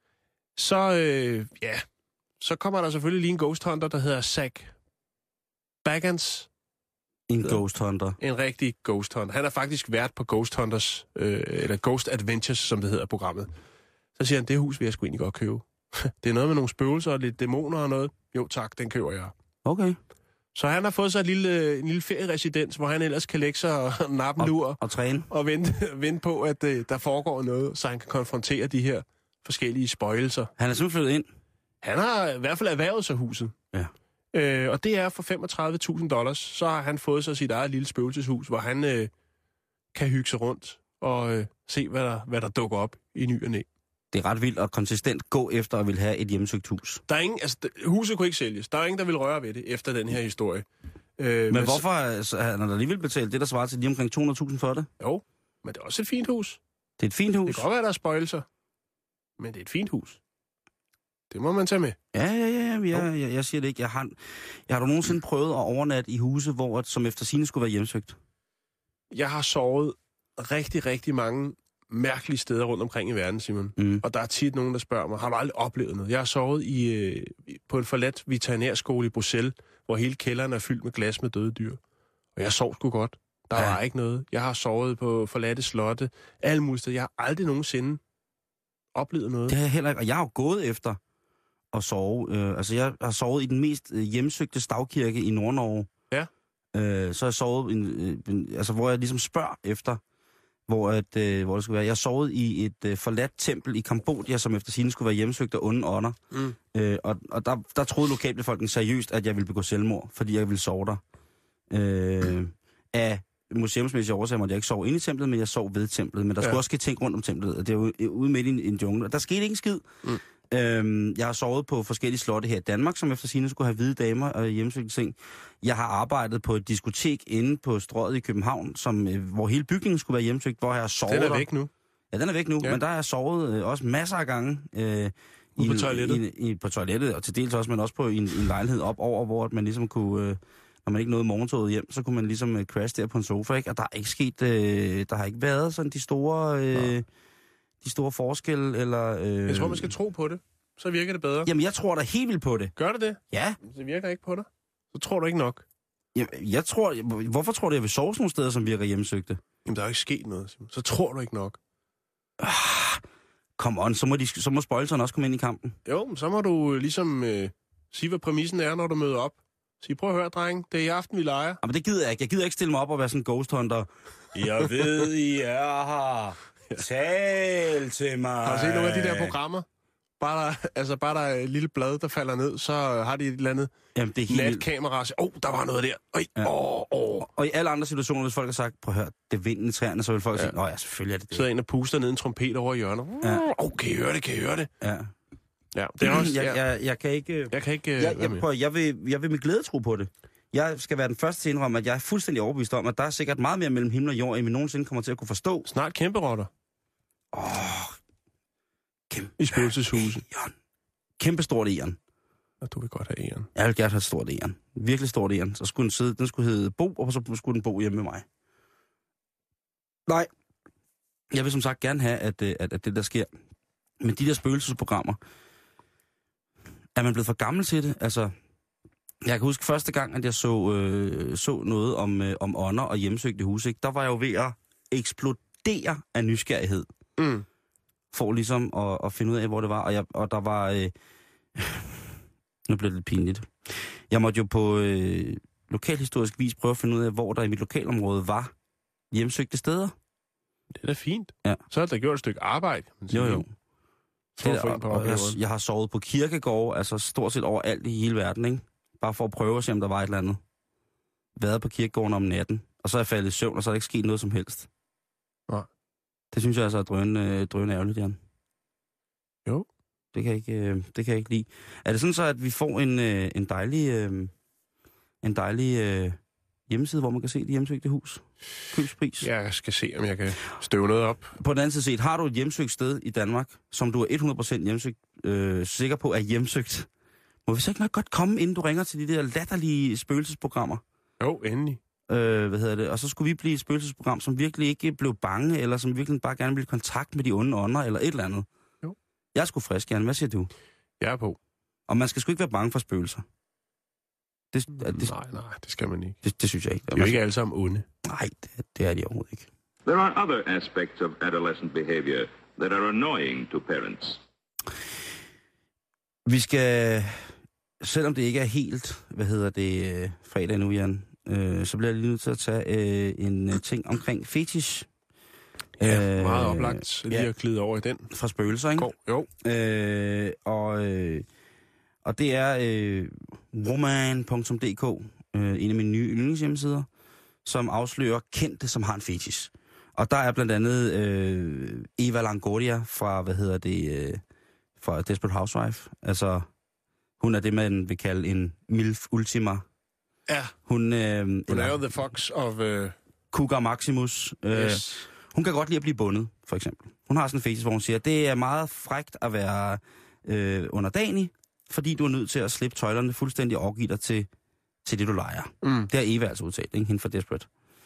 Så kommer der selvfølgelig lige en ghost hunter, der hedder Zach Bagans. En ghost hunter. En rigtig ghost hunter. Han er faktisk vært på Ghost Hunters, eller Ghost Adventures, som det hedder programmet. Så siger han, det hus vil jeg sgu egentlig godt købe. Det er noget med nogle spøgelser og lidt dæmoner og noget. Jo tak, den køber jeg. Okay. Så han har fået sig en lille ferieresidens, hvor han ellers kan lægge sig og nappe en lur. Og træne. Og vente på, at der foregår noget, så han kan konfrontere de her forskellige spøgelser. Han er simpelthen flyttet ind. Han har i hvert fald erhvervet sig huset. Ja. Og det er for $35,000, så har han fået sig sit eget lille spøgelseshus, hvor han kan hygge sig rundt og se, hvad der dukker op i ny og næ. Det er ret vildt at konsistent gå efter at vil have et hjemsøgt hus. Der er ingen, altså, huset kunne ikke sælges. Der er ingen, der vil røre ved det efter den her historie. Men hvorfor har han alligevel betalt det, der svarer til lige omkring $200,000 for det? Jo, men det er også et fint hus. Det er et fint hus? Det kan godt være, der er spøgelser, men det er et fint hus. Det må man tage med. Ja. Jeg siger det ikke. Jeg har du nogensinde prøvet at overnatte i huse, som efter sigende skulle være hjemsøgt? Jeg har sovet rigtig, rigtig mange mærkelige steder rundt omkring i verden, Simon. Og der er tit nogen, der spørger mig, har du aldrig oplevet noget? Jeg har sovet på en forladt veterinærskole i Bruxelles, hvor hele kælderen er fyldt med glas med døde dyr. Og jeg sov sgu godt. Der var ikke noget. Jeg har sovet på forladte slotte, alle mulige steder. Jeg har aldrig nogensinde oplevet noget. Det har jeg heller ikke. Og jeg har jo gået efter at sove. Jeg har sovet i den mest hjemsøgte stavkirke i Nord-Norge. Ja. Så har jeg sovet, hvor jeg ligesom spørger efter, hvor det skulle være. Jeg sovede i et forladt tempel i Kambodja, som efter sigende skulle være hjemsøgt af onde ånder. Og der troede lokalbefolkningen seriøst, at jeg ville begå selvmord, fordi jeg ville sove der. Af museumsmæssige årsager måtte jeg ikke sove inde i templet, men jeg sov ved templet. Men der skulle også ske ting rundt om templet, og det er jo ude midt i en jungle. Og der skete ikke en skid. Jeg har sovet på forskellige slotte her i Danmark, som efter sigende skulle have hvide damer og hjemsøgte ting. Jeg har arbejdet på et diskotek inde på Strøget i København, hvor hele bygningen skulle være hjemsøgt, hvor jeg har sovet. Den er væk nu. Ja, den er væk nu, men der har jeg sovet også masser af gange. På toilettet? På toilettet, og til dels også, men også på en lejlighed op over, hvor man ligesom kunne... når man ikke nåede morgentoget hjem, så kunne man ligesom crash der på en sofa, ikke? Og der er ikke sket... der har ikke været sådan de store forskelle, eller... Jeg tror, man skal tro på det. så virker det bedre. Jamen, jeg tror da helt vildt på det. Gør det det? Ja. Det virker ikke på dig. Så tror du ikke nok. Jeg tror... Hvorfor tror du, jeg vil sove sådan nogle steder, som virker hjemsøgte? Jamen, der er jo ikke sket noget, Simon. Så tror du ikke nok. Come on, så må spoilserne også komme ind i kampen. Jo, men så må du ligesom sige, hvad præmissen er, når du møder op. Sige, prøv at høre, dreng, det er i aften, vi leger. Jamen, det gider jeg ikke. Jeg gider ikke stille mig op og være sådan en ghost hunter. Jeg ved, I er her. Tal til mig. Har du set nogle af de der programmer? Bare der er et lille blad, der falder ned, så har de et eller andet natkamera og siger, der var noget der. Ja. Og i alle andre situationer, hvis folk har sagt, prøv at høre, det er vinden i træerne, så vil folk sige, ja, selvfølgelig er det det. Sidder en og puster ned en trompet over hjørnet. Kan I høre det, kan I høre det? Ja. Ja, det er også... Jeg kan ikke... Jeg vil med glæde tro på det. Jeg skal være den første til at indrømme, at jeg er fuldstændig overbevist om, at der er sikkert meget mere mellem himmel og jord, end vi nogensinde kommer til at kunne forstå. Snart kæmperotter. I spøgelseshuset. Kæmpe stort egern. Og du vil godt have egern. Jeg vil gerne have et stort egern. Virkelig stort egern. Så skulle den skulle hedde Bo, og så skulle den bo hjemme med mig. Nej. Jeg vil som sagt gerne have, at det der sker. Men de der spøgelsesprogrammer, er man blevet for gammel til det? Altså, jeg kan huske første gang, at jeg så noget om ånder og hjemsøgte hus, ikke? Der var jeg jo ved at eksplodere af nysgerrighed. Mm. For ligesom at finde ud af, hvor det var. Og der var... nu bliver det lidt pinligt. Jeg måtte jo på lokalhistorisk vis prøve at finde ud af, hvor der i mit lokalområde var hjemsøgte steder. Det er da fint. Ja. Så har der gjort et stykke arbejde. Jo. Jeg har sovet på kirkegårde, altså stort set overalt i hele verden, ikke? Bare for at prøve at se, om der var et eller andet. Været på kirkegården om natten, og så er jeg faldet i søvn, og så er der ikke sket noget som helst. Nej. Det synes jeg altså er drønende ærgerligt, Jan. Jo. Det kan jeg ikke lide. Er det sådan så, at vi får en dejlig hjemmeside, hvor man kan se det hjemsøgte hus? Købspris? Jeg skal se, om jeg kan støve noget op. På den anden side set, har du et hjemsøgt sted i Danmark, som du er 100% sikker på er hjemsøgt, må vi så ikke nok godt komme, inden du ringer til de der latterlige spøgelsesprogrammer? Jo, endelig. Og så skulle vi blive et spøgelsesprogram, som virkelig ikke blev bange, eller som virkelig bare gerne ville i kontakt med de onde ånder, eller et eller andet. Jo. Jeg er sgu frisk, Jan. Hvad siger du? Jeg er på. Og man skal sgu ikke være bange for spøgelser. Nej, det skal man ikke. Det synes jeg ikke. De er jo ikke alle sammen onde. Nej, det er de overhovedet ikke. There are other aspects of adolescent behavior that are annoying to parents. Vi skal, selvom det ikke er helt, fredag nu, Jan, så bliver jeg lige nødt til at tage en ting omkring fetish. Ja, meget oplagt lige at glide over i den. Fra spøgelser, ikke? Jo. Og det er roman.dk, en af mine nye yndlingshjemmesider, som afslører kendte, som har en fetish. Og der er blandt andet Eva Longoria fra, fra Desperate Housewife. Altså, hun er det, man vil kalde en MILF Ultima. Ja. Hun er jo The Fox of... Cougar Maximus. Yes. Hun kan godt lide at blive bundet, for eksempel. Hun har sådan en fetish, hvor hun siger, at det er meget frækt at være underdanig, fordi du er nødt til at slippe tøjlerne fuldstændig og overgive dig til det, du leger. Mm. Det har Eva altså udtalt, ikke? Hende fra Desperate.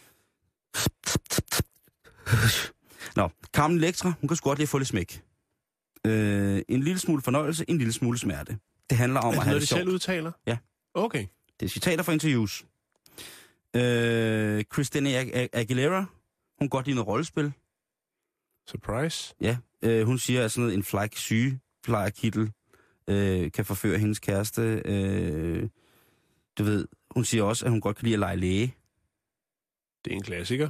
Nå, Carmen Electra, hun kan sgu godt lide at få lidt smæk. En lille smule fornøjelse, en lille smule smerte. Det handler om at have det sjovt. Er det noget, de selv udtaler? Ja. Okay. Det er citater fra interviews. Christina Aguilera, hun kan godt lide noget rollespil. Surprise. Ja, hun siger, at sådan noget, en sygeplejerkittel kan forføre hendes kæreste. Du ved, hun siger også, at hun godt kan lide at lege læge. Det er en klassiker.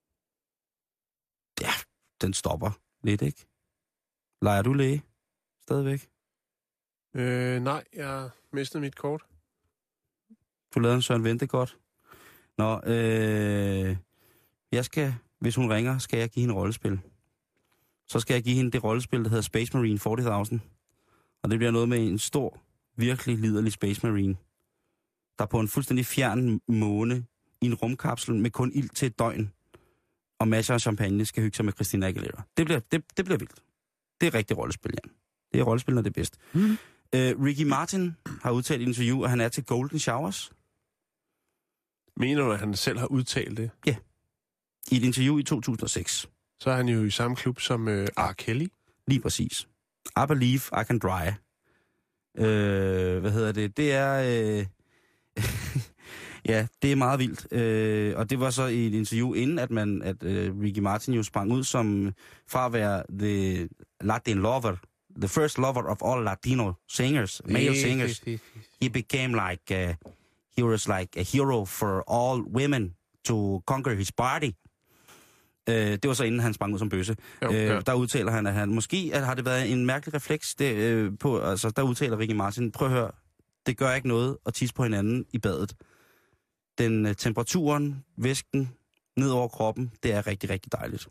Ja, den stopper lidt, ikke? Leger du læge? Stadigvæk? Nej, jeg har mistet mit kort. Du lavede en Søren Vente godt. Nå, hvis hun ringer, skal jeg give hende rollespil. Så skal jeg give hende det rollespil, der hedder Space Marine 40.000. Og det bliver noget med en stor, virkelig liderlig Space Marine, der på en fuldstændig fjern måne i en rumkapsel med kun ild til et døgn og masser af champagne skal hygge sig med Christina Aguilera. Det bliver vildt. Det er rigtig rollespil, Jan. Det er rollespil, når det er bedst. Ricky Martin har udtalt i et interview, at han er til Golden Showers. Mener du, at han selv har udtalt det? Ja. I et interview i 2006. Så er han jo i samme klub som R. Kelly. Lige præcis. I believe I can dry. Det er... ja, det er meget vildt. Og det var så i et interview, inden at Ricky Martin jo sprang ud som fra at være the Latin lover, the first lover of all Latino singers, male singers. He became like... he was like a hero for all women to conquer his body. Det var så inden han sprang ud som bøsse. Der udtaler han, at han måske har det været en mærkelig refleks der udtaler Ricky Martin, prøv at høre, det gør ikke noget at tisse på hinanden i badet. Temperaturen, væsken, ned over kroppen, det er rigtig, rigtig dejligt.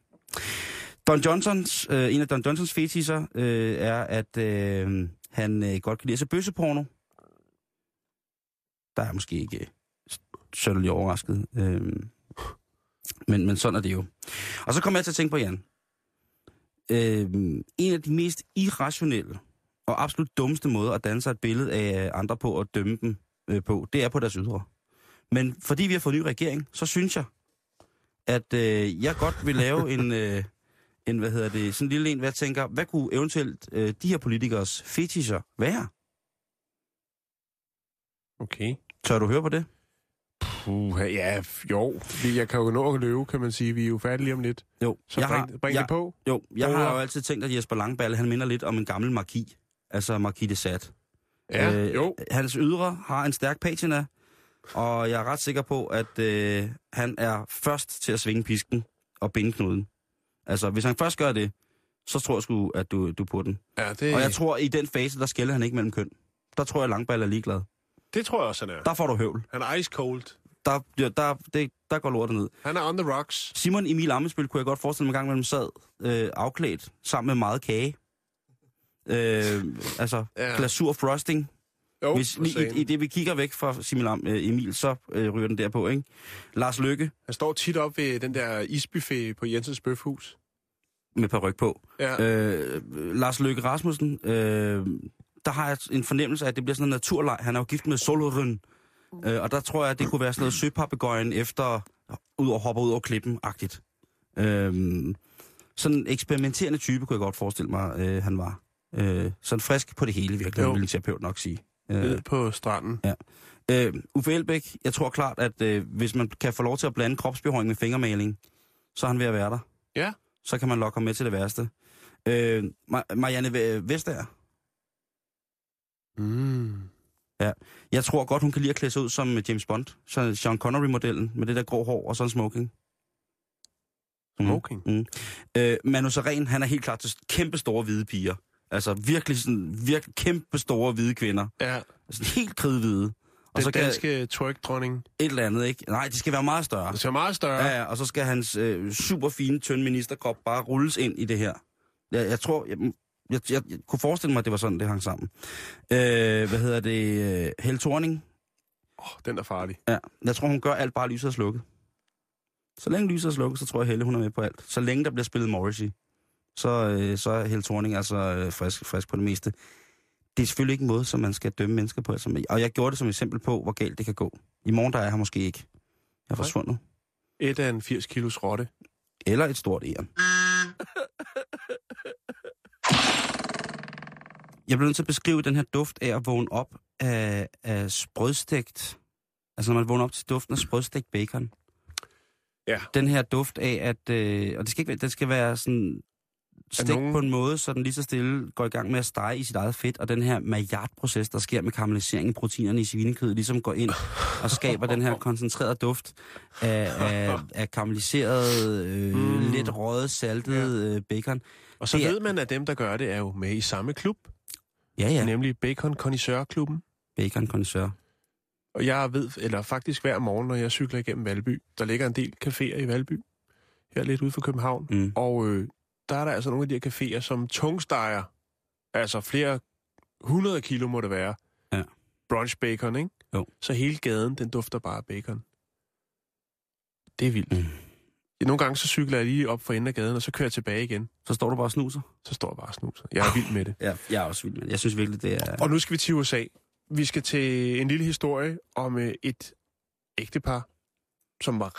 En af Don Johnsons fetisser er, at han godt kan lide at se bøsseporno. Der er måske ikke sønderlig overrasket. Men sådan er det jo. Og så kommer jeg til at tænke på Jan. En af de mest irrationelle og absolut dummeste måder at danne sig et billede af andre på og dømme dem på, det er på deres ydre. Men fordi vi har fået en ny regering, så synes jeg, at jeg godt vil lave sådan en lille en, hvad jeg tænker, hvad kunne eventuelt de her politikers fetischer være? Okay. Tør du høre på det? Jeg kan jo nå at løbe, kan man sige. Vi er jo færdige lige om lidt. Jo. Så bring det på. Jo, jeg har jo altid tænkt, at Jesper Langballe, han minder lidt om en gammel marquis. Altså Marquis de Sade. Ja, jo. Hans ydre har en stærk patina, og jeg er ret sikker på, at han er først til at svinge pisken og binde knuden. Altså, hvis han først gør det, så tror jeg sgu, at du er på den. Ja, det... Og jeg tror, i den fase, der skælder han ikke mellem køn. Der tror jeg, Langballe er ligeglad. Det tror jeg også, han er. Der får du høvl. Han er ice cold. Der går lortet ned. Han er on the rocks. Simon Emil Ammitzbøll kunne jeg godt forestille mig en gang mellem sad afklædt sammen med meget kage. Glasur frosting. Jo, hvis i det vi kigger væk fra Simon Emil, så ryger den der på, ikke? Lars Løkke. Han står tit op ved den der isbuffet på Jensens Bøfhus. Med paryk på. Ja. Lars Løkke Rasmussen, der har jeg en fornemmelse af, at det bliver sådan en naturleg. Han er jo gift med Solorun. Og der tror jeg, at det kunne være sådan noget søpapegøjen efter hopper ud over klippen-agtigt. Sådan en eksperimenterende type, kunne jeg godt forestille mig, han var. Sådan frisk på det hele, virkelig, vil en terapeut nok sige. På stranden. Ja. Uffe Elbæk, jeg tror klart, at hvis man kan få lov til at blande kropsbehøring med fingermaling, så er han ved at være der. Ja. Så kan man lokke ham med til det værste. Marianne Vestager. Ja. Jeg tror godt, hun kan lide at klæde sig ud som James Bond. Så Sean Connery-modellen med det der grå hår og sådan smoking. Smoking? Manu Saren, han er helt klart til kæmpe store hvide piger. Altså virkelig kæmpe store hvide kvinder. Ja. Altså helt kridhvide. Og den danske twerk-dronning. Et eller andet, ikke? Nej, det skal være meget større. Det skal være meget større? Ja, og så skal hans super fine, tynde ministerkrop bare rulles ind i det her. Jeg tror... Jeg kunne forestille mig, at det var sådan, det hang sammen. Helle Thorning. Den er farlig. Ja, jeg tror, hun gør alt, bare lyset er slukket. Så længe lyset er slukket, så tror jeg, Helle, hun er med på alt. Så længe der bliver spillet Morrissey, så er Helle Thorning altså frisk på det meste. Det er selvfølgelig ikke en måde, som man skal dømme mennesker på. Altså, og jeg gjorde det som eksempel på, hvor galt det kan gå. I morgen, der er jeg måske ikke. Jeg er forsvundet. Et af en 80 kilos rotte. Eller et stort æren. Jeg blev nødt til at beskrive den her duft af at vågne op af sprødstegt. Altså når man vågner op til duften af sprødstegt bacon. Ja. Den her duft af, at... og det skal ikke være, den skal være sådan stegt på en måde, så den lige så stille går i gang med at stege i sit eget fedt. Og den her Maillard-proces, der sker med karamellisering af proteinerne i svinekødet, ligesom går ind og skaber den her koncentrerede duft af karamelliseret, lidt røget, saltet bacon. Og så ved man, at dem, der gør det, er jo med i samme klub. Ja. Nemlig Bacon Connoisseur-klubben. Bacon Connoisseur. Og jeg ved, eller faktisk hver morgen, når jeg cykler igennem Valby, der ligger en del caféer i Valby, her lidt ude for København. Og der er der altså nogle af de her caféer, som tungsteger, altså flere 100 kilo må det være, brunch bacon, ikke? Jo. Så hele gaden, den dufter bare af bacon. Det er vildt. Nogle gange så cykler jeg lige op for enden af gaden, og så kører jeg tilbage igen. Så står du bare og snuser? Så står jeg bare og snuser. Jeg er vild med det. Ja, jeg er også vild med det. Jeg synes virkelig, det er... Og nu skal vi til USA. Vi skal til en lille historie om et ægtepar, som var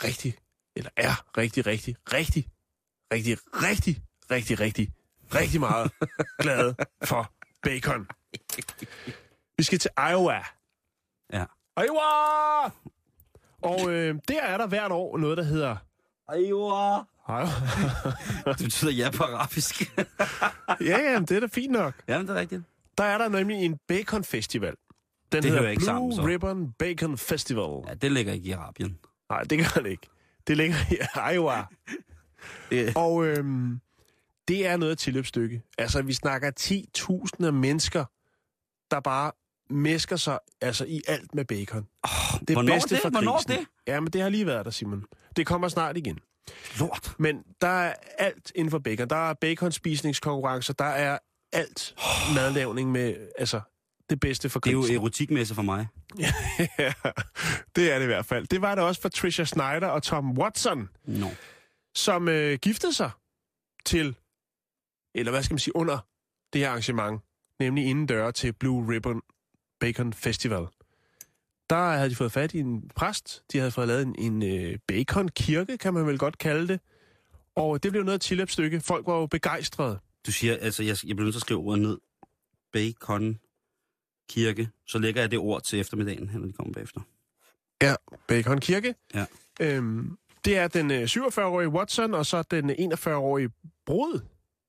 rigtig meget glade for bacon. Vi skal til Iowa. Ja. Iowa! Og der er der hvert år noget, der hedder... Iowa! Iowa. Det betyder ja på arabisk. Ja, det er da fint nok. Jamen, det er rigtigt. Der er der nemlig en bacon festival. Den det hedder ikke Blue sammen, så. Ribbon Bacon Festival. Ja, det ligger ikke i Arabien. Nej, det gør det ikke. Det ligger i Iowa. Og det er noget af tilløbsstykke. Altså, vi snakker 10.000 af mennesker, der bare mæsker sig altså i alt med bacon. Det hvornår bedste det? for Hvornår krisen. det? Ja, men det har lige været der, Simon. Det kommer snart igen. Lort. Men der er alt inden for bacon. Der er baconspisningskonkurrencer, der er alt madlavning med, altså, det bedste for krisen. Det er jo erotikmesse for mig. Ja, det er det i hvert fald. Det var det også for Tricia Snyder og Tom Watson, som giftede sig til, eller hvad skal man sige, under det her arrangement, nemlig indendøre til Blue Ribbon Bacon Festival. Der havde de fået fat i en præst, de havde fået lavet en bacon-kirke, kan man vel godt kalde det, og det blev noget af et tilløbsstykke. Folk var jo begejstrede. Du siger, altså, jeg bliver nødt til at skrive ordet ned. Bacon kirke, så lægger jeg det ord til eftermiddagen, når de kommer bagefter. Ja, Bacon Kirke. Ja. Det er den 47-årige Watson, og så den 41-årige brud,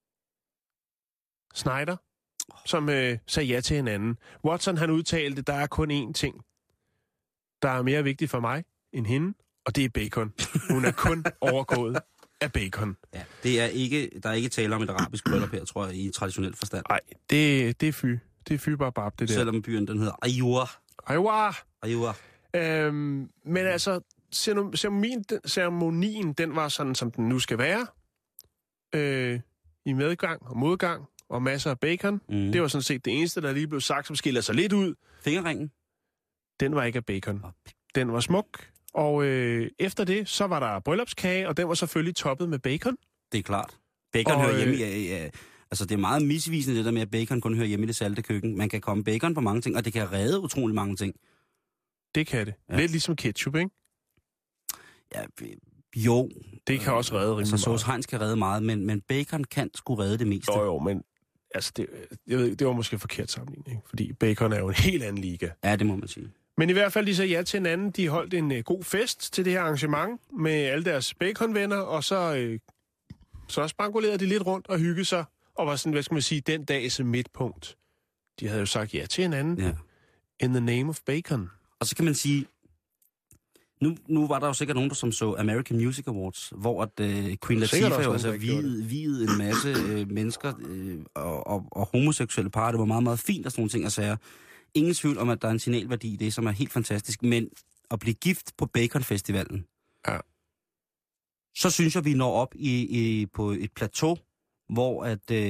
Snyder, som sagde ja til hinanden. Watson, han udtalte, der er kun én ting, der er mere vigtig for mig end hende, og det er bacon. Hun er kun overgået af bacon. Ja, det er ikke, der er ikke tale om et arabisk bryllup her, tror jeg, i traditionel forstand. Nej, det er fy. Det er fybarbab, det der. Selvom byen, den hedder Iowa. Iowa! Iowa. Men altså, ceremonien, den var sådan, som den nu skal være. I medgang og modgang og masser af bacon. Mm. Det var sådan set det eneste, der lige blev sagt, som skiller sig lidt ud. Fingerringen? Den var ikke af bacon. Den var smuk. Og efter det, så var der bryllupskage, og den var selvfølgelig toppet med bacon. Det er klart. Bacon hører hjemme i... Altså, det er meget misvisende, det der med, at bacon kun hører hjemme i det salte køkken. Man kan komme bacon på mange ting, og det kan redde utrolig mange ting. Det kan det. Ja. Lidt ligesom ketchup, ikke? Ja, jo. Det kan også redde rimelig meget. Altså, sauce Heinz kan redde meget, men bacon kan sgu redde det meste. Jo, men altså, jeg ved, det var måske forkert sammenligning, fordi bacon er jo en helt anden liga. Ja, det må man sige. Men i hvert fald, de sagde ja til hinanden. De holdt en god fest til det her arrangement med alle deres baconvenner, og så spangulerede de lidt rundt og hyggede sig, og var sådan, hvad skal man sige, den dags midtpunkt. De havde jo sagt ja til hinanden. Ja. In the name of bacon. Og så kan man sige, nu var der jo sikkert nogen, der som så American Music Awards, hvor at Queen Latifah jo altså viede en masse mennesker og homoseksuelle par. Det var meget, meget fint og sådan nogle ting at sige. Ingen tvivl om, at der er en signalværdi i det, som er helt fantastisk. Men at blive gift på Bacon Festivalen, ja, så synes jeg, vi når op på et plateau, hvor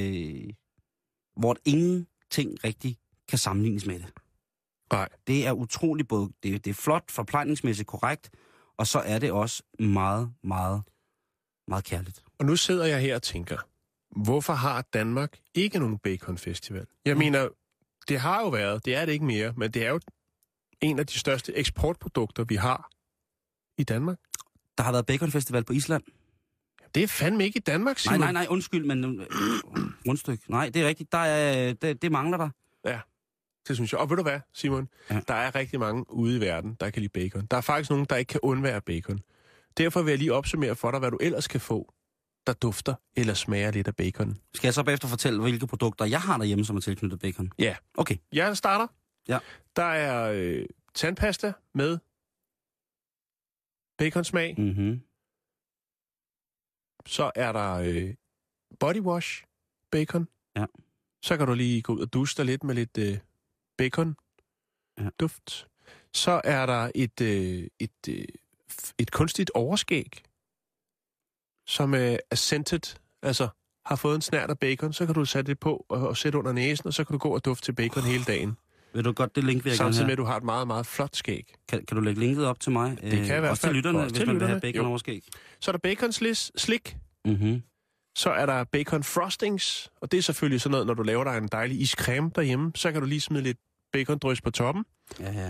ingenting rigtig kan sammenlignes med det. Nej. Det er utroligt både, det er flot, forplejningsmæssigt korrekt, og så er det også meget, meget, meget kærligt. Og nu sidder jeg her og tænker, hvorfor har Danmark ikke nogen Bacon Festival? Jeg mener, det har jo været, det er det ikke mere, men det er jo en af de største eksportprodukter, vi har i Danmark. Der har været Bacon Festival på Island. Det er fandme ikke i Danmark, Simon. Nej, undskyld, men rundstykke. Nej, det er rigtigt. Det mangler der. Ja, det synes jeg. Og ved du hvad, Simon? Ja. Der er rigtig mange ude i verden, der kan lide bacon. Der er faktisk nogen, der ikke kan undvære bacon. Derfor vil jeg lige opsummere for dig, hvad du ellers kan få, der dufter eller smager lidt af bacon. Skal jeg så bagefter fortælle, hvilke produkter jeg har derhjemme, som er tilknyttet bacon? Ja. Okay. Jeg starter. Ja. Der er tandpasta med baconsmag. Mhm. Så er der body wash bacon. Ja. Så kan du lige gå ud og dusche dig lidt med lidt bacon duft. Så er der et kunstigt overskæg, som er scented, altså har fået en snert af bacon. Så kan du sætte det på og sætte under næsen, og så kan du gå og dufte til bacon hele dagen. Vil du godt det link, vil jeg gerne have? Samtidig med, at du har et meget, meget flot skæg. Kan du lægge linket op til mig? Det kan i hvert fald. Også til lytterne, hvis man vil have bacon overskæg. Så er der bacon slik. Mhm. Så er der bacon frostings, og det er selvfølgelig sådan noget, når du laver dig en dejlig iscreme derhjemme, så kan du lige smide lidt bacondrys på toppen. Ja.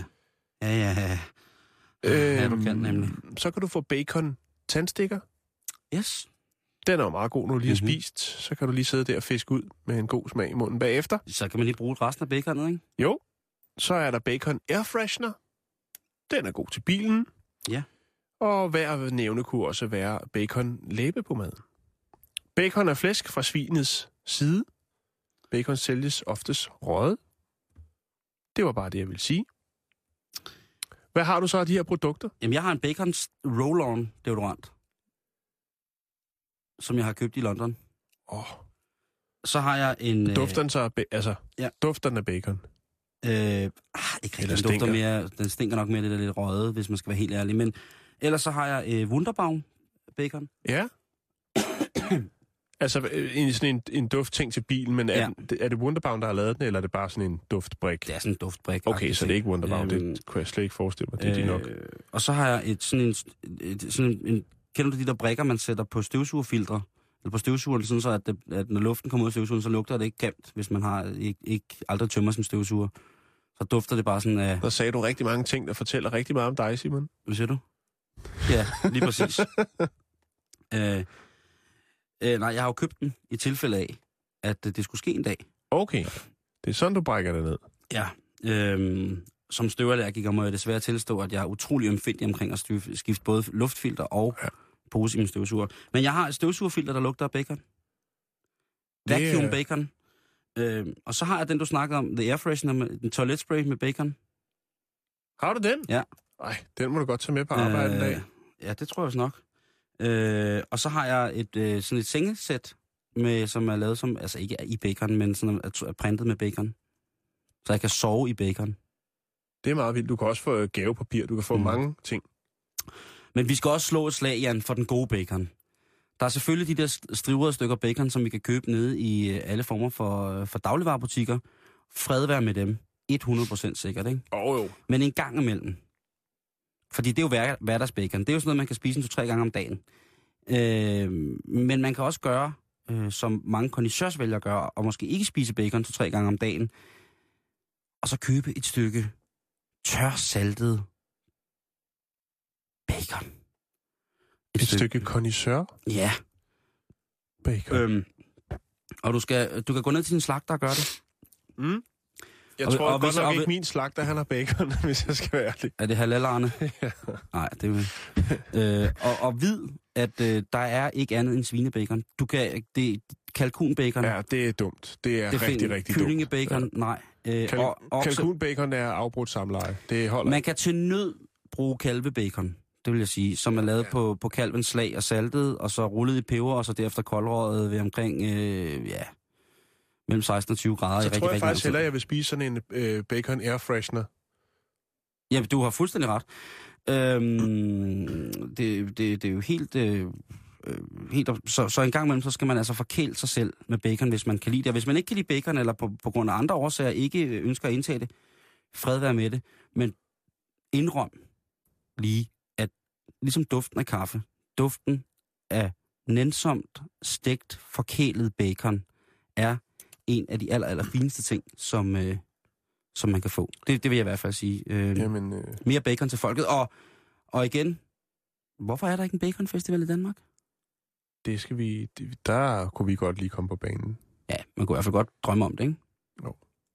Ja, du kan nemlig. Så kan du få bacon tandstikker. Yes. Den er jo meget god, når du lige har spist. Så kan du lige sidde der og fiske ud med en god smag i munden bagefter. Så kan man lige bruge resten af baconet, ikke? Jo. Så er der bacon airfreshener. Den er god til bilen. Ja. Og hver nævne kunne også være bacon læbepomaden. Bacon er flæsk fra svinets side. Bacon sælges oftest røget. Det var bare det, jeg ville sige. Hvad har du så af de her produkter? Jamen, jeg har en bacon roll-on deodorant, som jeg har købt i London. Så har jeg en... Duften så duften af bacon? Ikke rigtig, den dufter mere, den stinker nok mere lidt røget, hvis man skal være helt ærlig. Men ellers så har jeg Wunderbaum bacon. Ja. Altså sådan en duftting til bilen, men er det Wunderbaum, der har lavet den, eller er det bare sådan en duftbrik? Det er sådan en duftbrik. Okay, så det er ikke Wunderbaum, det kunne jeg slet ikke forestille mig, det er de nok. Og så har jeg sådan en kender du de der brikker, man sætter på støvsugerfiltre? Eller på støvsugeren, sådan så at når luften kommer ud af støvsugeren, så lugter det ikke grimt, hvis man har ikke aldrig tømmer sin støvsuger. Så dufter det bare sådan af... Der sagde du rigtig mange ting, der fortæller rigtig meget om dig, Simon. Hvad siger du? Ja, lige præcis. Nej, jeg har jo købt den i tilfælde af, at det skulle ske en dag. Okay, det er sådan, du brækker det ned. Ja, som støvallergiker må jeg desværre tilstå, at jeg er utrolig ømfindelig omkring at skifte både luftfilter og pose i min støvsuger. Men jeg har et støvsugerfilter, der lugter af bacon. Vacuum bacon. Og så har jeg den, du snakker om, The Air Freshener, en toiletspray med bacon. Har du den? Ja. Ej, den må du godt tage med på arbejde en dag. Ja, det tror jeg også nok. Og så har jeg sådan et sengesæt, som er lavet som, altså ikke i bacon, men sådan er printet med bacon. Så jeg kan sove i bacon. Det er meget vildt. Du kan også få gavepapir. Du kan få mange ting. Men vi skal også slå et slag, Jan, for den gode bacon. Der er selvfølgelig de der strivede stykker bacon, som vi kan købe nede i alle former for dagligvarebutikker. Fred være med dem. 100% sikkert, ikke? Jo. Men en gang imellem. Fordi det er jo hverdagsbacon. Det er jo sådan noget, man kan spise 2-3 gange om dagen. Men man kan også gøre, som mange kondiseurs vælger at gøre, og måske ikke spise bacon 2-3 gange om dagen, og så købe et stykke tørsaltet bacon. Et stykke kondisør? Ja. Bacon. Og du kan gå ned til din slagter og gøre det. Mm. Jeg tror godt nok ikke min slagter, han har bacon, hvis jeg skal være ærlig. Er det halal, Arne? Ja. Nej, det er og vid, at der er ikke andet end svinebacon. Det kalkunbacon. Ja, det er dumt. Det er rigtig dumt. Kyllingebacon, nej. Kalkunbacon er afbrudt samleje. Det holder. Man kan til nød bruge kalvebacon, det vil jeg sige, som er lavet på kalvens slag og saltet, og så rullet i peber, og så derefter koldrøget ved omkring, mellem 16 og 20 grader. Så tror jeg faktisk hellere, jeg vil spise sådan en bacon airfreshener. Ja, du har fuldstændig ret. Det er jo helt så en gang imellem, så skal man altså forkæle sig selv med bacon, hvis man kan lide det. Og hvis man ikke kan lide bacon, eller på grund af andre årsager ikke ønsker at indtage det, fred være med det. Men indrøm lige, at ligesom duften af kaffe, duften af nænsomt stegt forkælet bacon, er en af de aller fineste ting, som man kan få. Det vil jeg i hvert fald sige. Mere bacon til folket. Og igen, hvorfor er der ikke en baconfestival i Danmark? Der kunne vi godt lige komme på banen. Ja, man kunne i hvert fald godt drømme om det, ikke? Jo.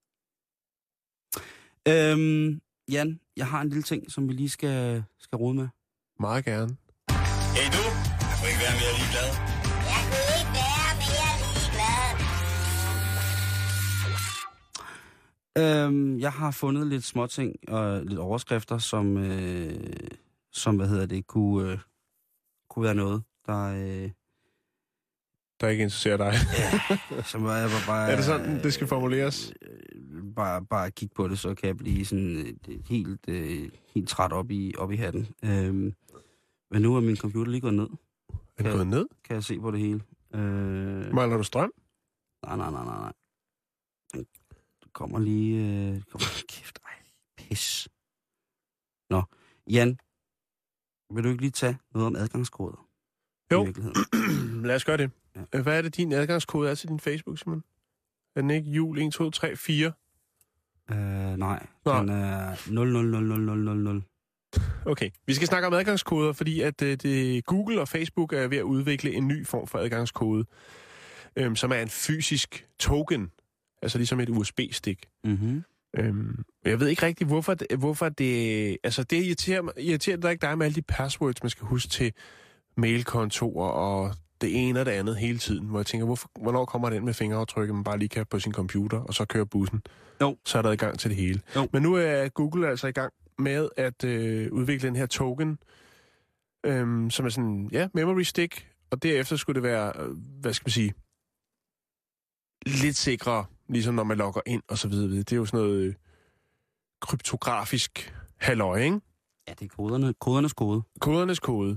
Jan, jeg har en lille ting, som vi lige skal rode med. Meget gerne. Hey du, jeg kunne ikke være mere ligeglad. Jeg kunne ikke være mere ligeglad. Jeg har fundet lidt småting og lidt overskrifter, som kunne være noget, der ikke interesserer dig. Ja, som jeg bare... Er det sådan, det skal formuleres? Bare kigge på det, så kan jeg blive sådan helt træt op i hatten. Men nu er min computer lige gået ned. Er det gået ned? Kan jeg se på det hele. Mangler du strøm? Nej. Det kommer lige... Kæft, pis. Nå, Jan, vil du ikke lige tage noget om adgangskoder? Jo, lad os gøre det. Ja. Hvad er det, din adgangskode er til din Facebook, Simon? Er den ikke jul 1, 2, 3, 4? Nej, den er 000000. Okay, vi skal snakke om adgangskoder, fordi at Google og Facebook er ved at udvikle en ny form for adgangskode, som er en fysisk token, altså ligesom et USB-stik. Mm-hmm. Jeg ved ikke rigtig, hvorfor det... Altså, det irriterer dig ikke dig med alle de passwords, man skal huske til mailkontorer og det ene og det andet hele tiden, hvor jeg tænker, hvornår kommer den med fingeraftrykket, man bare lige kan på sin computer, og så kører bussen. Jo. Så er der i gang til det hele. Jo. Men nu er Google altså i gang med at udvikle den her token, som er sådan, memory stick, og derefter skulle det være, hvad skal man sige, lidt sikrere, ligesom når man logger ind og så videre. Det er jo sådan noget kryptografisk halløj, ikke? Ja, det er kodernes kode. Kodernes kode.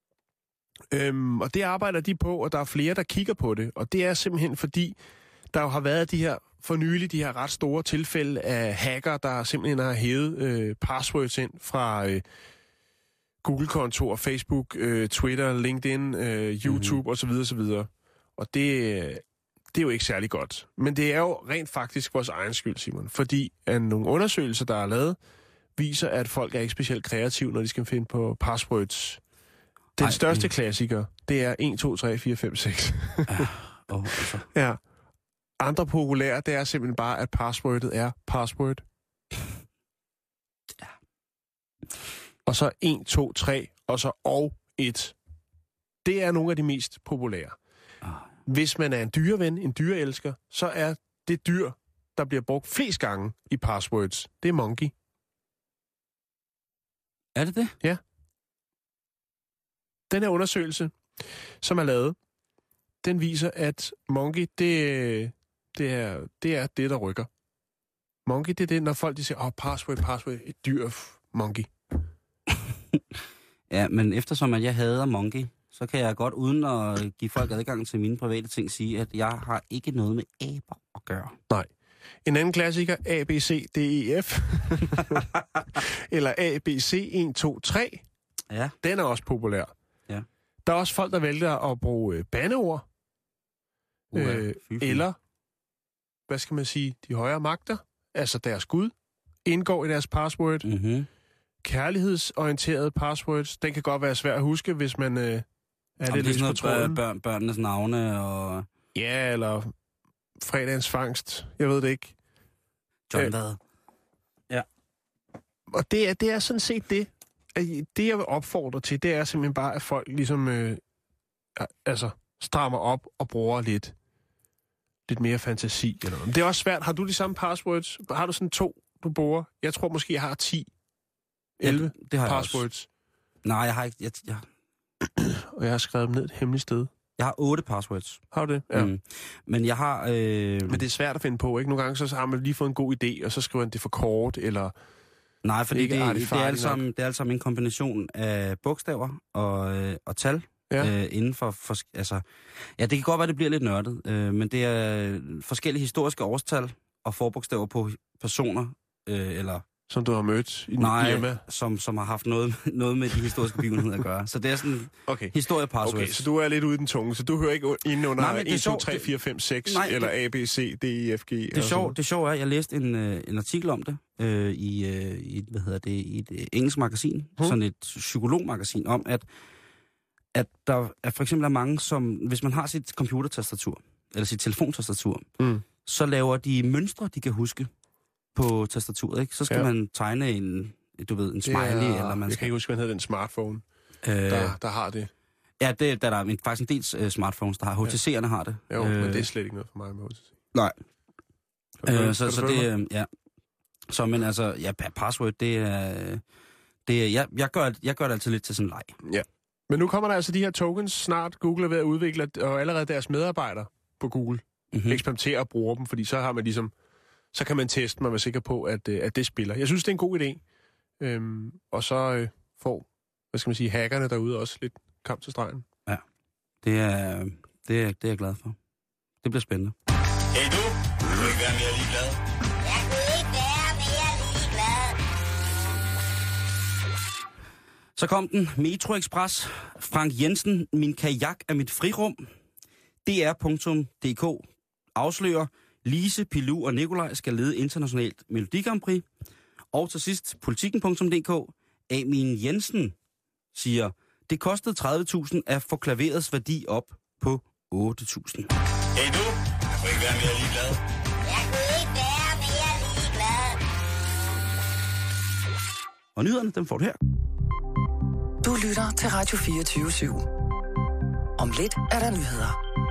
Og det arbejder de på, og der er flere, der kigger på det. Og det er simpelthen fordi, der jo har været de her ret store tilfælde af hacker, der simpelthen har hævet passwords ind fra Google-kontor, Facebook, Twitter, LinkedIn, YouTube osv. osv. Og det er jo ikke særlig godt. Men det er jo rent faktisk vores egen skyld, Simon. Fordi at nogle undersøgelser, der er lavet, viser, at folk er ikke specielt kreative, når de skal finde på passwords. Den største klassiker, det er 1, 2, 3, 4, 5, 6. Altså. Ja. Andre populære, det er simpelthen bare, at passwordet er password. Ja. Og så 1, 2, 3, og så og 1. Det er nogle af de mest populære. Hvis man er en dyreven, en dyreelsker, så er det dyr, der bliver brugt flest gange i passwords, det er monkey. Er det det? Ja. Den her undersøgelse, som er lavet, den viser, at monkey, det er det, der rykker. Monkey, det er det, når folk de siger, password, et dyr, monkey. Ja, men eftersom at jeg hader monkey, så kan jeg godt, uden at give folk adgang til mine private ting, sige, at jeg har ikke noget med aber at gøre. Nej. En anden klassiker, ABCDEF, eller ABC 1, 2, 3, ja. Den er også populær. Ja. Der er også folk, der vælger at bruge bandeord, eller, hvad skal man sige, de højere magter, altså deres Gud, indgår i deres password. Mm-hmm. Kærlighedsorienterede passwords, den kan godt være svær at huske, hvis man er lidt løs på tråden. Børnenes navne og... Ja, eller fredagens fangst, jeg ved det ikke. John hvad? Ja. Og det er sådan set det. Det, jeg vil opfordre til, det er simpelthen bare, at folk ligesom strammer op og bruger lidt mere fantasi. Eller noget. Det er også svært. Har du de samme passwords? Har du sådan 2, du bruger? Jeg tror måske, jeg har 10, 11 det har passwords. Nej, jeg har ikke... Og jeg har skrevet dem ned et hemmeligt sted. Jeg har 8 passwords. Har du det? Ja. Men jeg har... Men det er svært at finde på, ikke? Nogle gange så har man lige fået en god idé, og så skriver man det for kort, eller... Nej, fordi det er alt sammen en kombination af bogstaver og tal. Ja. Inden for altså... Ja, det kan godt være, det bliver lidt nørdet, men det er forskellige historiske årstal og forbogstaver på personer, eller... Som du har mødt i Irma? Som har haft noget med de historiske begivenheder at gøre. Så det er sådan historiepasswords. Okay, så du er lidt ude i den tunge, så du hører ikke inde under 1, 2, 3, 4, 5, 6, eller A, B, C, D, E, F, G. Det sjove er, at jeg læste en artikel om det i et engelsk magasin, sådan et psykologmagasin, om at der er for eksempel mange, som hvis man har sit computertastatur, eller sit telefontastatur, så laver de mønstre, de kan huske på tastaturet, ikke? Så skal man tegne en smiley, eller man skal... Jeg kan ikke huske, hvad hedder den smartphone, der har det. Ja, der er faktisk en del smartphones, der har. HTC'erne har det. Jo, men det er slet ikke noget for mig med HTC. Nej. Så men altså, ja, password, det er jeg gør det altid lidt til sådan en leg. Ja. Men nu kommer der altså de her tokens snart. Google er ved at udvikle, og allerede deres medarbejdere på Google eksperimenterer og bruger dem, fordi så har man ligesom... Så kan man teste, man er sikker på, at det spiller. Jeg synes, det er en god idé. Og så får, hvad skal man sige, hackerne derude også lidt kamp til stregen. Ja, det er jeg glad for. Det bliver spændende. Hey du, vil du ikke være mere ligeglad? Jeg kunne ikke være mere ligeglad. Så kom den. Metro Express. Frank Jensen, min kajak er mit frirum. DR.dk afslører, Lise, Pilou og Nikolaj skal lede internationalt Melodi Grand Prix. Og til sidst, Politiken.dk. Amin Jensen siger, det kostede 30.000 at få klaverets værdi op på 8.000. Hey du, vil du ikke være mere ligeglad? Jeg kunne ikke være mere ligeglad. Og nyhederne, dem får du her. Du lytter til Radio 24/7. Om lidt er der nyheder.